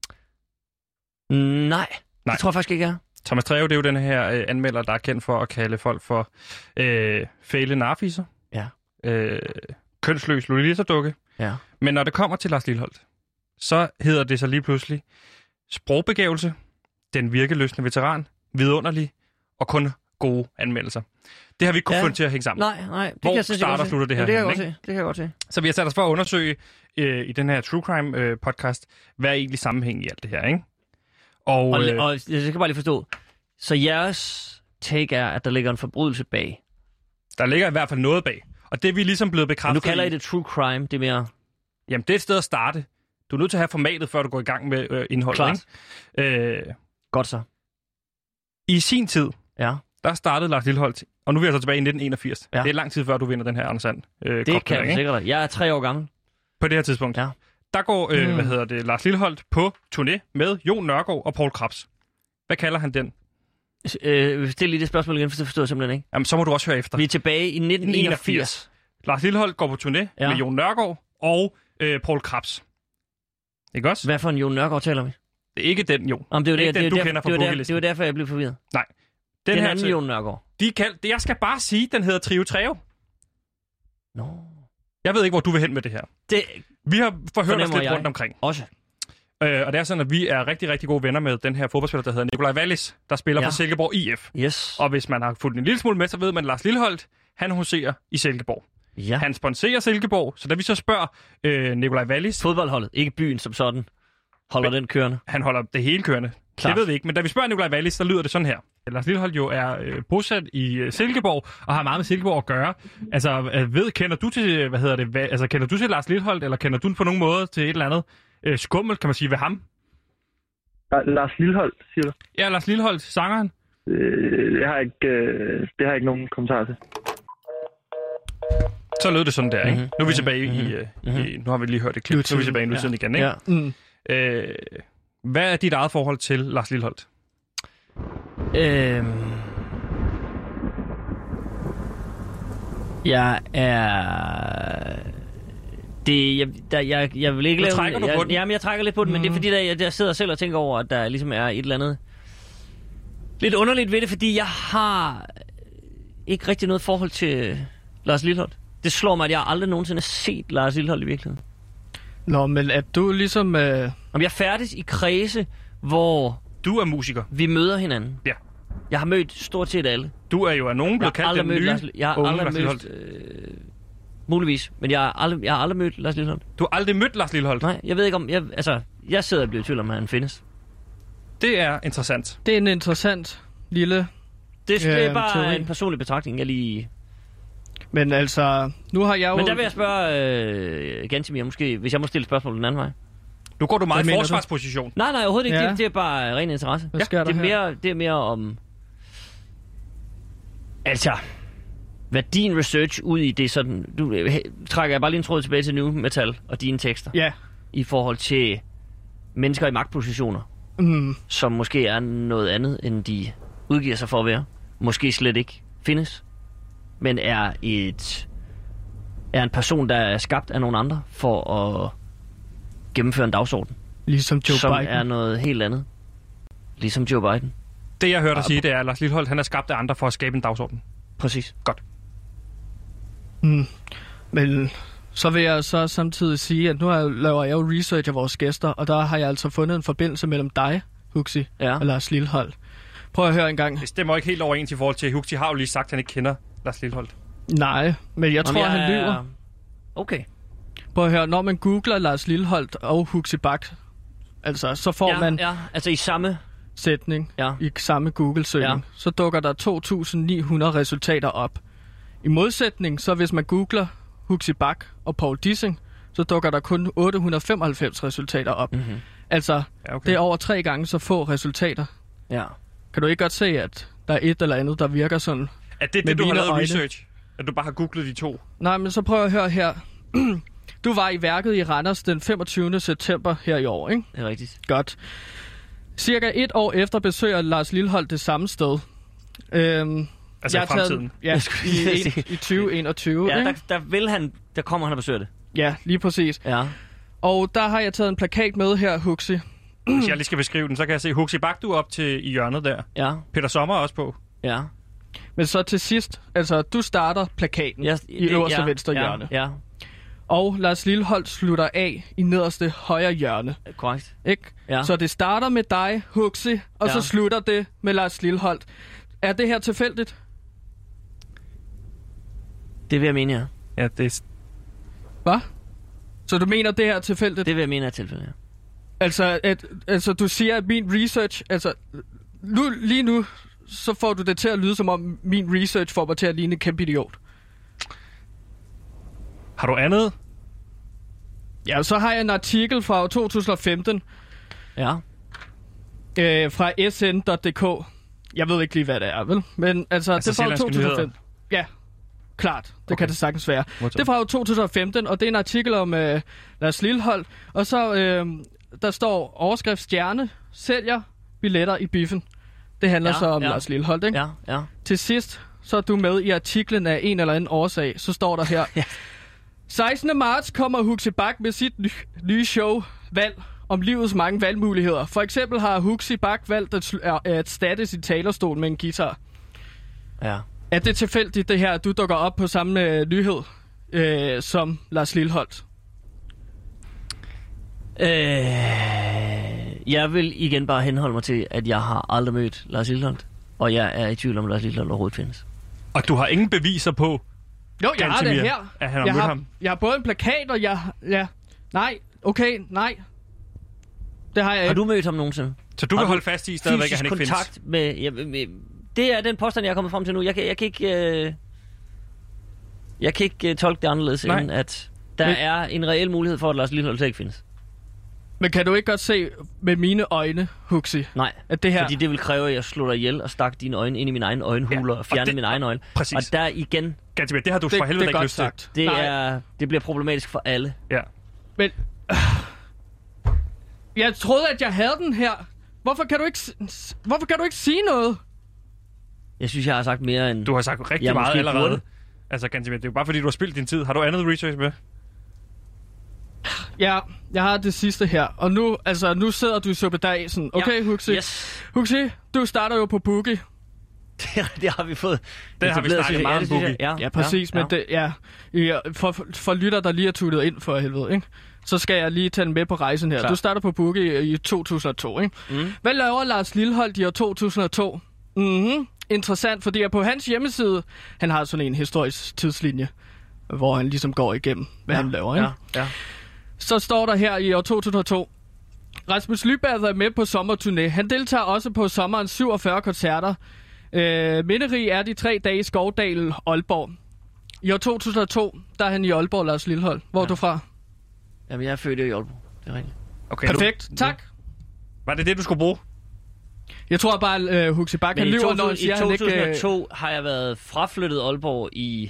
S4: Nej, det tror jeg faktisk ikke, jeg er.
S1: Thomas Treve, det er jo den her anmelder, der er kendt for at kalde folk for fæle narfiser.
S4: Ja.
S1: Kønsløs Lolita-dukke.
S4: Ja.
S1: Men når det kommer til Lars Lilholt, så hedder det så lige pludselig sprogbegævelse, den virkeløsende veteran, vidunderlig og kun gode anmeldelser. Det har vi ikke kunnet få til at hænge sammen.
S4: Nej.
S1: Hvor starter og slutter det her?
S4: Det kan jeg godt se.
S1: Så vi har sat os for at undersøge i den her True Crime podcast, hvad er egentlig sammenhæng i alt det her, ikke? Og
S4: jeg skal bare lige forstå, så jeres take er, at der ligger en forbrydelse bag?
S1: Der ligger i hvert fald noget bag. Og det er vi ligesom blevet bekræftet.
S4: Men nu kalder I det true crime, det er mere...
S1: Jamen, det er et sted at starte. Du er nødt til at have formatet, før du går i gang med indholdet. Ikke?
S4: Godt så.
S1: I sin tid,
S4: der
S1: startede Lars Lilholt, og nu er vi altså tilbage i 1981.
S4: Ja.
S1: Det er lang tid før, du vinder den her Anders Sand.
S4: Det kan jeg sikkert. Jeg er 3 år gammel.
S1: På det her tidspunkt.
S4: Ja.
S1: Der går, Lars Lilholt på turné med Jon Nørgaard og Poul Krebs. Hvad kalder han den?
S4: Stil lige det spørgsmål igen, for det forstår jeg simpelthen ikke.
S1: Jamen, så må du også høre efter.
S4: Vi er tilbage i 1981.
S1: Lars Lilholt går på turné med Jon Nørgaard og Poul Krebs. Ikke også?
S4: Hvad for en Jon Nørgaard taler vi?
S1: Det er ikke den Jon.
S4: Jamen, det er jo
S1: den, du kender fra Boogie-listen.
S4: Det var derfor, jeg blev forvirret.
S1: Nej.
S4: Den her anden Jon Nørgaard.
S1: Jeg skal bare sige, den hedder Trio Treo.
S4: Nå.
S1: Jeg ved ikke, hvor du vil hen med det her. Vi har forhørt os lidt rundt omkring.
S4: Også.
S1: Og det er sådan, at vi er rigtig, rigtig gode venner med den her fodboldspiller, der hedder Nikolaj Wallis, der spiller for Silkeborg IF.
S4: Yes.
S1: Og hvis man har fulgt en lille smule med, så ved man, at Lars Lilholt, han huserer i Silkeborg.
S4: Ja.
S1: Han sponsorerer Silkeborg, så da vi så spørger Nikolaj Wallis...
S4: Fodboldholdet, ikke byen som sådan, holder den kørende.
S1: Han holder det hele kørende. Klart. Det ved vi ikke, men da vi spørger Nikolaj Wallis, så lyder det sådan her. Lars Lilholt jo er bosat i Silkeborg og har meget med Silkeborg at gøre. Altså, kender du til, kender du til Lars Lilholt, eller kender du på nogen måde til et eller andet skummel, kan man sige, ved ham?
S9: Lars Lilholt, siger du?
S1: Ja, Lars Lilholt, sangeren.
S9: Det har jeg ikke nogen kommentar til.
S1: Så lød det sådan der, ikke? Nu er vi tilbage i nu har vi lige hørt et klip, nu er vi tilbage i nutiden igen, ikke? Ja. Hvad er dit eget forhold til Lars Lilholt?
S4: Jeg er... Jeg vil ikke lave...
S1: Trækker du på den?
S4: Jamen, jeg trækker lidt på den, men det er fordi, jeg sidder selv og tænker over, at der ligesom er et eller andet lidt underligt ved det, fordi jeg har ikke rigtig noget forhold til Lars Lilholt. Det slår mig, at jeg aldrig nogensinde har set Lars Lilholt i virkeligheden.
S3: Nå, men at du ligesom...
S4: Om jeg færdes i kredse, hvor...
S1: Du er musiker.
S4: Vi møder hinanden.
S1: Ja.
S4: Jeg har mødt stort set alle.
S1: Du er jo af nogen blevet kaldt den nye
S4: Jeg har aldrig mødt... muligvis, men jeg har aldrig mødt Lars Lilholt.
S1: Du har aldrig mødt Lars Lilholt?
S4: Nej, jeg ved ikke om... Jeg sidder og bliver i tvivl om, at han findes.
S1: Det er interessant.
S3: Det er en interessant lille...
S4: Det er bare teori. En personlig betragtning, jeg lige...
S3: Men altså, nu har jeg jo...
S4: Men der vil jeg spørge Gantemir, måske, hvis jeg må stille spørgsmål den anden vej.
S1: Nu går du meget i forsvarsposition.
S4: Nej, overhovedet ikke. Det er bare ren interesse.
S3: Det
S4: er mere om... Altså, hvad din research ud i det sådan... Du trækker jeg bare lige en tråd tilbage til nu metal og dine tekster.
S3: Ja.
S4: I forhold til mennesker i magtpositioner, som måske er noget andet, end de udgiver sig for at være. Måske slet ikke findes, men er en person, der er skabt af nogle andre for at gennemføre en dagsorden.
S3: Ligesom Joe
S4: som
S3: Biden.
S4: Som er noget helt andet. Ligesom Joe Biden.
S1: Det jeg hørte dig sige, det er, at Lars Lilholt, han er skabt af andre for at skabe en dagsorden.
S4: Præcis.
S1: Godt.
S3: Men så vil jeg så samtidig sige, at nu laver jeg jo research af vores gæster, og der har jeg altså fundet en forbindelse mellem dig, Huxi, og Lars Lilholt. Prøv at høre en gang.
S1: Det stemmer ikke helt overens i forhold til, at Huxi har jo lige sagt, at han ikke kender Lars Lilholt.
S3: Nej, men jeg tror, han lyver.
S4: Okay.
S3: Prøv at høre, når man googler Lars Lilholt og Huxi Bach, altså, så får man...
S4: Ja, altså i samme
S3: sætning i samme Google-søgning, så dukker der 2.900 resultater op. I modsætning, så hvis man googler Huxi Bach og Paul Dissing, så dukker der kun 895 resultater op. Mm-hmm. Altså, det er over 3 gange så få resultater. Ja. Kan du ikke godt se, at der er et eller andet, der virker sådan?
S1: Er det du har lavet research? At du bare har googlet de 2?
S3: Nej, men så prøv at høre her. Du var i værket i Randers den 25. september her i år, ikke?
S4: Det er rigtigt.
S3: Godt. Cirka 1 år efter besøger Lars Lilholt det samme sted.
S1: Altså i fremtiden?
S3: I 2021.
S4: Ja, der kommer han og besøger det.
S3: Ja, lige præcis. Ja. Og der har jeg taget en plakat med her, Huxi.
S1: Hvis jeg lige skal beskrive den, så kan jeg se Huxi Bach, du er op til i hjørnet der. Ja. Peter Sommer er også på.
S3: Ja. Men så til sidst, altså du starter plakaten i øverste venstre hjørne. Ja. Og Lars Lilholt slutter af i nederste højre hjørne.
S4: Korrekt.
S3: Ikke? Ja. Så det starter med dig, Huxi, og så slutter det med Lars Lilholt. Er det her tilfældigt?
S4: Det vil jeg mene, ja.
S1: Ja, det...
S3: Hvad? Så du mener, det her er tilfældigt?
S4: Det vil jeg mene er tilfældigt, ja.
S3: Altså, du siger, at min research... Altså, lige nu, så får du det til at lyde, som om min research får mig til at ligne en kæmpe idiot.
S1: Har du andet?
S3: Ja, så har jeg en artikel fra 2015. Ja. Fra sn.dk. Jeg ved ikke lige, hvad det er, vel? Men altså det er fra 2015. Ja, klart. Det kan det sagtens være. Det er fra 2015, og det er en artikel om Lars Lilholt. Og så der står overskrift stjerne sælger billetter i biffen. Det handler så om Lars Lilholt, ikke? Ja. Til sidst, så er du med i artiklen af en eller anden årsag. Så står der her. 16. marts kommer Huxi Bach med sit nye show, Valg, om livets mange valgmuligheder. For eksempel har Huxi Bach valgt at statte sin talerstol med en guitar. Ja. Er det tilfældigt, det her, at du dukker op på samme nyhed som Lars Lilholt?
S4: Jeg vil igen bare henholde mig til, at jeg har aldrig mødt Lars Lilholt, og jeg er i tvivl om, Lars Lilholt overhovedet findes.
S1: Og du har ingen beviser på,
S3: jo, jeg har det her.
S1: At han har mødt ham?
S3: Jeg har både en plakat, og nej. Det har jeg ikke.
S4: Har du mødt ham nogensinde?
S1: Så du vil holde fast i stadigvæk, at han ikke findes?
S4: Med, det er den påstand, jeg er kommet frem til nu. Jeg kan ikke tolke det anderledes, end at der er en reel mulighed for, at Lars Lilholt ikke findes.
S3: Men kan du ikke godt se med mine øjne, Huxi?
S4: Nej,
S3: at det her...
S4: fordi det vil kræve, at jeg slår dig ihjel og stak dine øjne ind i min egen øjenhuler og fjerne min egen øjne.
S1: Præcis.
S4: Og der igen...
S1: Ganske det har du for helvede ikke lyst til.
S4: Det bliver problematisk for alle.
S1: Ja.
S3: Men... jeg troede, at jeg havde den her. Hvorfor kan du ikke sige noget?
S4: Jeg synes, jeg har sagt mere end...
S1: Du har sagt rigtig meget allerede. Burde. Altså, det er jo bare fordi, du har spildt din tid. Har du andet research med?
S3: Ja, jeg har det sidste her. Og nu sidder du i suppedasen. Okay, Huxi?
S4: Yes.
S3: Huxi, du starter jo på Boogie.
S4: Det har vi fået.
S1: Det har vi snakket meget om Boogie.
S3: Ja, præcis. Men det, for lytter, der lige er tuttet ind for helvede, ikke? Så skal jeg lige tage den med på rejsen her. Klar. Du starter på Boogie i 2002, ikke? Hvad laver Lars Lilholt i år 2002? Interessant, fordi på hans hjemmeside, han har sådan en historisk tidslinje, hvor han ligesom går igennem, hvad han laver, ikke? Ja. Så står der her i år 2002, Rasmus Lyberth er med på sommerturné. Han deltager også på sommerens 47 koncerter. Minderig er de 3 dage i Skovdalen, Aalborg. I år 2002, der er han i Aalborg, Lars Lilholt. Hvor er du fra?
S4: Jamen, jeg er født i Aalborg. Det er rigtigt.
S3: Okay, perfekt. Tak.
S1: Var det du skulle bruge?
S3: Jeg tror bare, Huxi Bach kan lyve, når han siger, han ikke...
S4: I 2002 har jeg været fraflyttet Aalborg i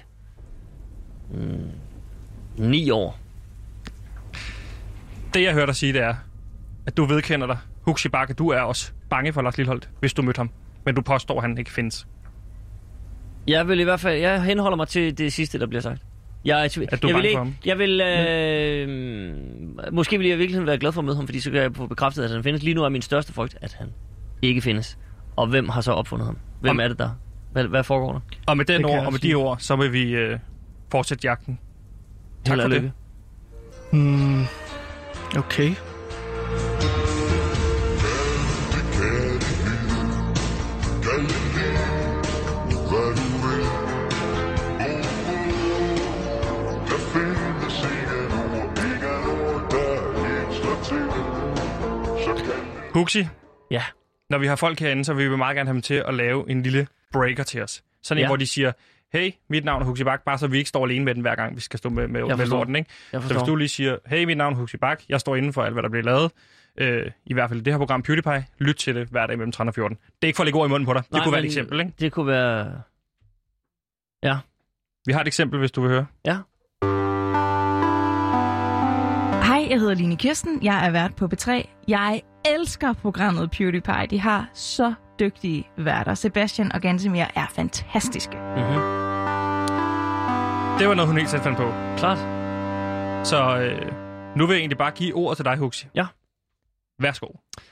S4: 9 år.
S1: Det, jeg hørte dig sige, det er, at du vedkender dig, Huxi Bach, du er også bange for Lars Lilholt, hvis du mødte ham. Men du påstår, at han ikke findes.
S4: Jeg vil i hvert fald... Jeg henholder mig til det sidste, der bliver sagt. Måske vil jeg virkelig være glad for at møde ham, fordi så kan jeg få bekræftet, at han findes. Lige nu er min største frygt, at han ikke findes. Og hvem har så opfundet ham? Hvem er det der? Hvad foregår der?
S1: Og med den ord, og med de ord, så vil vi fortsætte jagten. Tak for det.
S3: Okay.
S1: Huxi?
S4: Ja.
S1: når vi har folk herinde, så vil vi meget gerne have dem til at lave en lille breaker til os. Sådan en, hvor de siger, hey, mit navn er Huxi Bak, bare så vi ikke står alene med den hver gang, vi skal stå med lorten, ikke? Så hvis du lige siger, hey, mit navn er Huxi Bak, jeg står inden for alt, hvad der bliver lavet, i hvert fald det her program PewDiePie, lyt til det hver dag mellem 13 og 14. Det er ikke for at lægge ord i munden på dig. Det kunne være et eksempel, ikke?
S4: Det kunne være... Ja.
S1: Vi har et eksempel, hvis du vil høre.
S4: Ja.
S10: Hej, jeg hedder Line Kirsten. Jeg er vært på B3. Jeg elsker programmet PewDiePie. De har så dygtige værter. Sebastian og Gantemir er fantastiske.
S4: Mm-hmm.
S1: Det var noget, hun helt selv fandt på.
S4: Klart.
S1: Så nu vil jeg egentlig bare give ordet til dig, Huxi.
S4: Ja.
S1: Værsgo.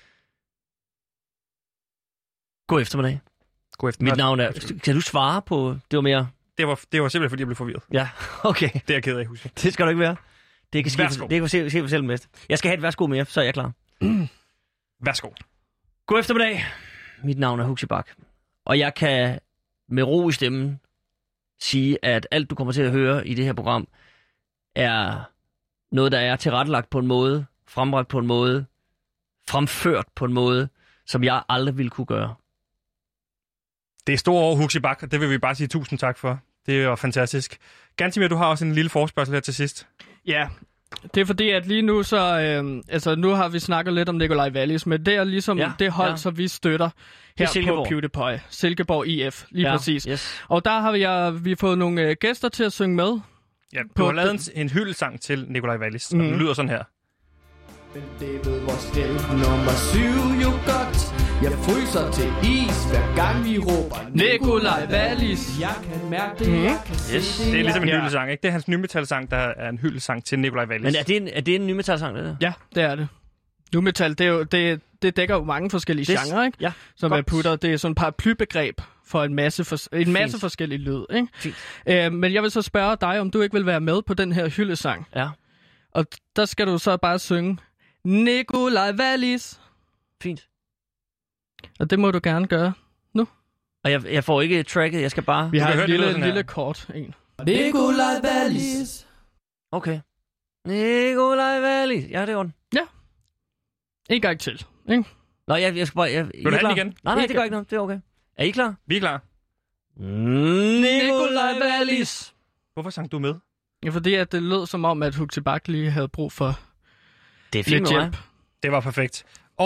S4: God eftermiddag.
S1: God eftermiddag.
S4: Mit navn er... Kan du svare på... Det var mere...
S1: Det var simpelthen, fordi jeg blev forvirret.
S4: Ja, okay.
S1: Det er jeg ked af, Huxi.
S4: Det skal du ikke være. Det kan ske for selv mest. Jeg skal have et værsgo mere, så er jeg klar.
S1: Værsgo.
S4: God eftermiddag. Mit navn er Huxi Bak. Og jeg kan med ro i stemmen sige, at alt du kommer til at høre i det her program, er noget, der er tilrettelagt på en måde, frembragt på en måde, fremført på en måde, som jeg aldrig ville kunne gøre.
S1: Det er store år, Huxi Bak, og det vil vi bare sige tusind tak for. Det var fantastisk. Gantemir, du har også en lille forespørgsel her til sidst.
S3: Ja, det er fordi, at lige nu så... nu har vi snakket lidt om Nikolaj Wallis, men det er ligesom det hold, som vi støtter her på PewDiePie. Silkeborg IF, lige præcis. Yes. Og der har vi fået nogle gæster til at synge med.
S1: Ja, du har lavet en hyldesang til Nikolaj Wallis, og den lyder sådan her.
S2: Men det ved vores held nummer 7 jo godt. Jeg fryser til is, hver gang vi råber Nikolaj Wallis. Jeg kan mærke det, jeg kan se det.
S1: Det er ligesom en hyldesang, ikke? Det er hans nymetalsang, der er en hyldesang til Nikolaj Wallis.
S4: Men er det en nymetalsang, det der?
S3: Ja, det er det. Nymetal, det dækker jo mange forskellige genrer, ikke?
S4: Ja,
S3: som er putter. Det er sådan et paraplybegreb for en masse forskellige lyd, ikke? Men jeg vil så spørge dig, om du ikke vil være med på den her hyldesang.
S4: Ja.
S3: Og der skal du så bare synge Nikolaj Wallis.
S4: Fint.
S3: Og det må du gerne gøre nu.
S4: Og jeg får ikke tracket, jeg skal bare...
S3: Vi har en lille kort en.
S2: Nikolaj Wallis.
S4: Okay. Nikolaj Wallis. Ja, det er den.
S3: Ja. En gang til, ikke?
S4: Nå, jeg skal bare...
S1: Vil du have den igen?
S4: Nej, det gør ikke noget. Det er okay. Er I klar?
S1: Vi er klar.
S4: Nikolaj Wallis.
S1: Hvorfor sang du med?
S3: Ja, fordi at det lød som om, at Huxi Bak lige havde brug for
S4: lidt hjælp.
S1: Det var perfekt. Og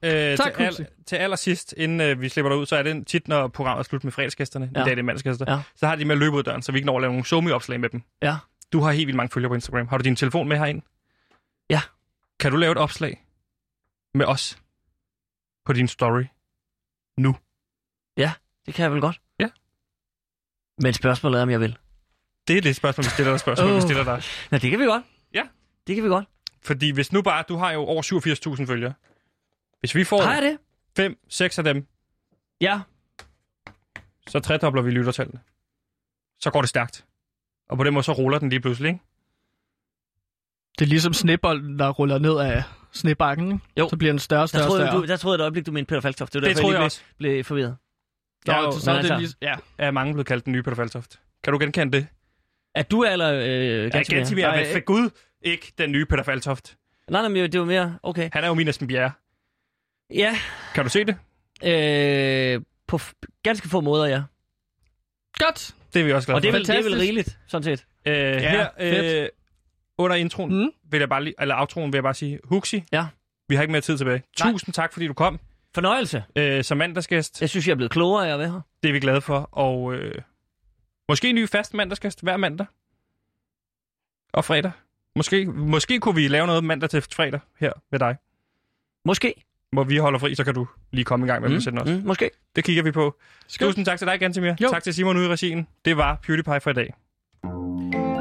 S1: til allersidst, inden vi slipper dig ud, så er det tit, når programmet er slut med fredagsgæsterne, i dag det er mandagsgæster, så har de med at løbe ud døren, så vi ikke når at lave nogle SoMe-opslag med dem.
S4: Ja.
S1: Du har helt vildt mange følgere på Instagram. Har du din telefon med herind?
S4: Ja.
S1: Kan du lave et opslag med os på din story nu?
S4: Ja, det kan jeg vel godt.
S1: Ja.
S4: Men spørgsmålet er, om jeg vil.
S1: Det er det spørgsmål, vi stiller dig.
S4: Nå, det kan vi godt.
S1: Ja.
S4: Det kan vi godt.
S1: Fordi hvis nu bare, du har jo over 87.000 følgere. Hvis vi får 5-6 af dem, så tredobler vi lyttertallene. Så går det stærkt. Og på den måde så ruller den lige pludselig, ikke?
S3: Det er ligesom snebolden, der ruller ned af snebakken, ikke?
S4: Jo.
S3: Så bliver den større.
S4: Der troede jeg et øjeblik, du mente Peter Falktoft. Det
S1: tror jeg også.
S4: Blev forvirret.
S1: Er mange blevet kaldt den nye Peter Falktoft. Kan du genkende det?
S4: Er du eller
S1: Gantemir er for Gud ikke den nye Peter Falktoft.
S4: Nej, men det var mere... Okay.
S1: Han er jo min Esben Bjerre.
S4: Ja.
S1: Kan du se det?
S4: På ganske få måder, ja.
S3: Godt.
S1: Det er vi også glade for.
S4: Og det er vel rigeligt, sådan set.
S1: Her under introen vil jeg bare eller outroen vil jeg bare sige, Huxi, vi har ikke mere tid tilbage. Tusind tak, fordi du kom.
S4: Fornøjelse.
S1: Som mandagsgæst.
S4: Jeg synes, jeg er blevet klogere af at være her.
S1: Det er vi glade for. Og måske en ny fast mandagsgæst hver mandag. Og fredag. Måske kunne vi lave noget mandag til fredag her med dig.
S4: Måske.
S1: Hvor vi holder fri, så kan du lige komme i gang med at sende os.
S4: Måske.
S1: Det kigger vi på. Tusind tak til dig, Gantemir. Tak til Simon ude i regien. Det var PewDiePie for i dag.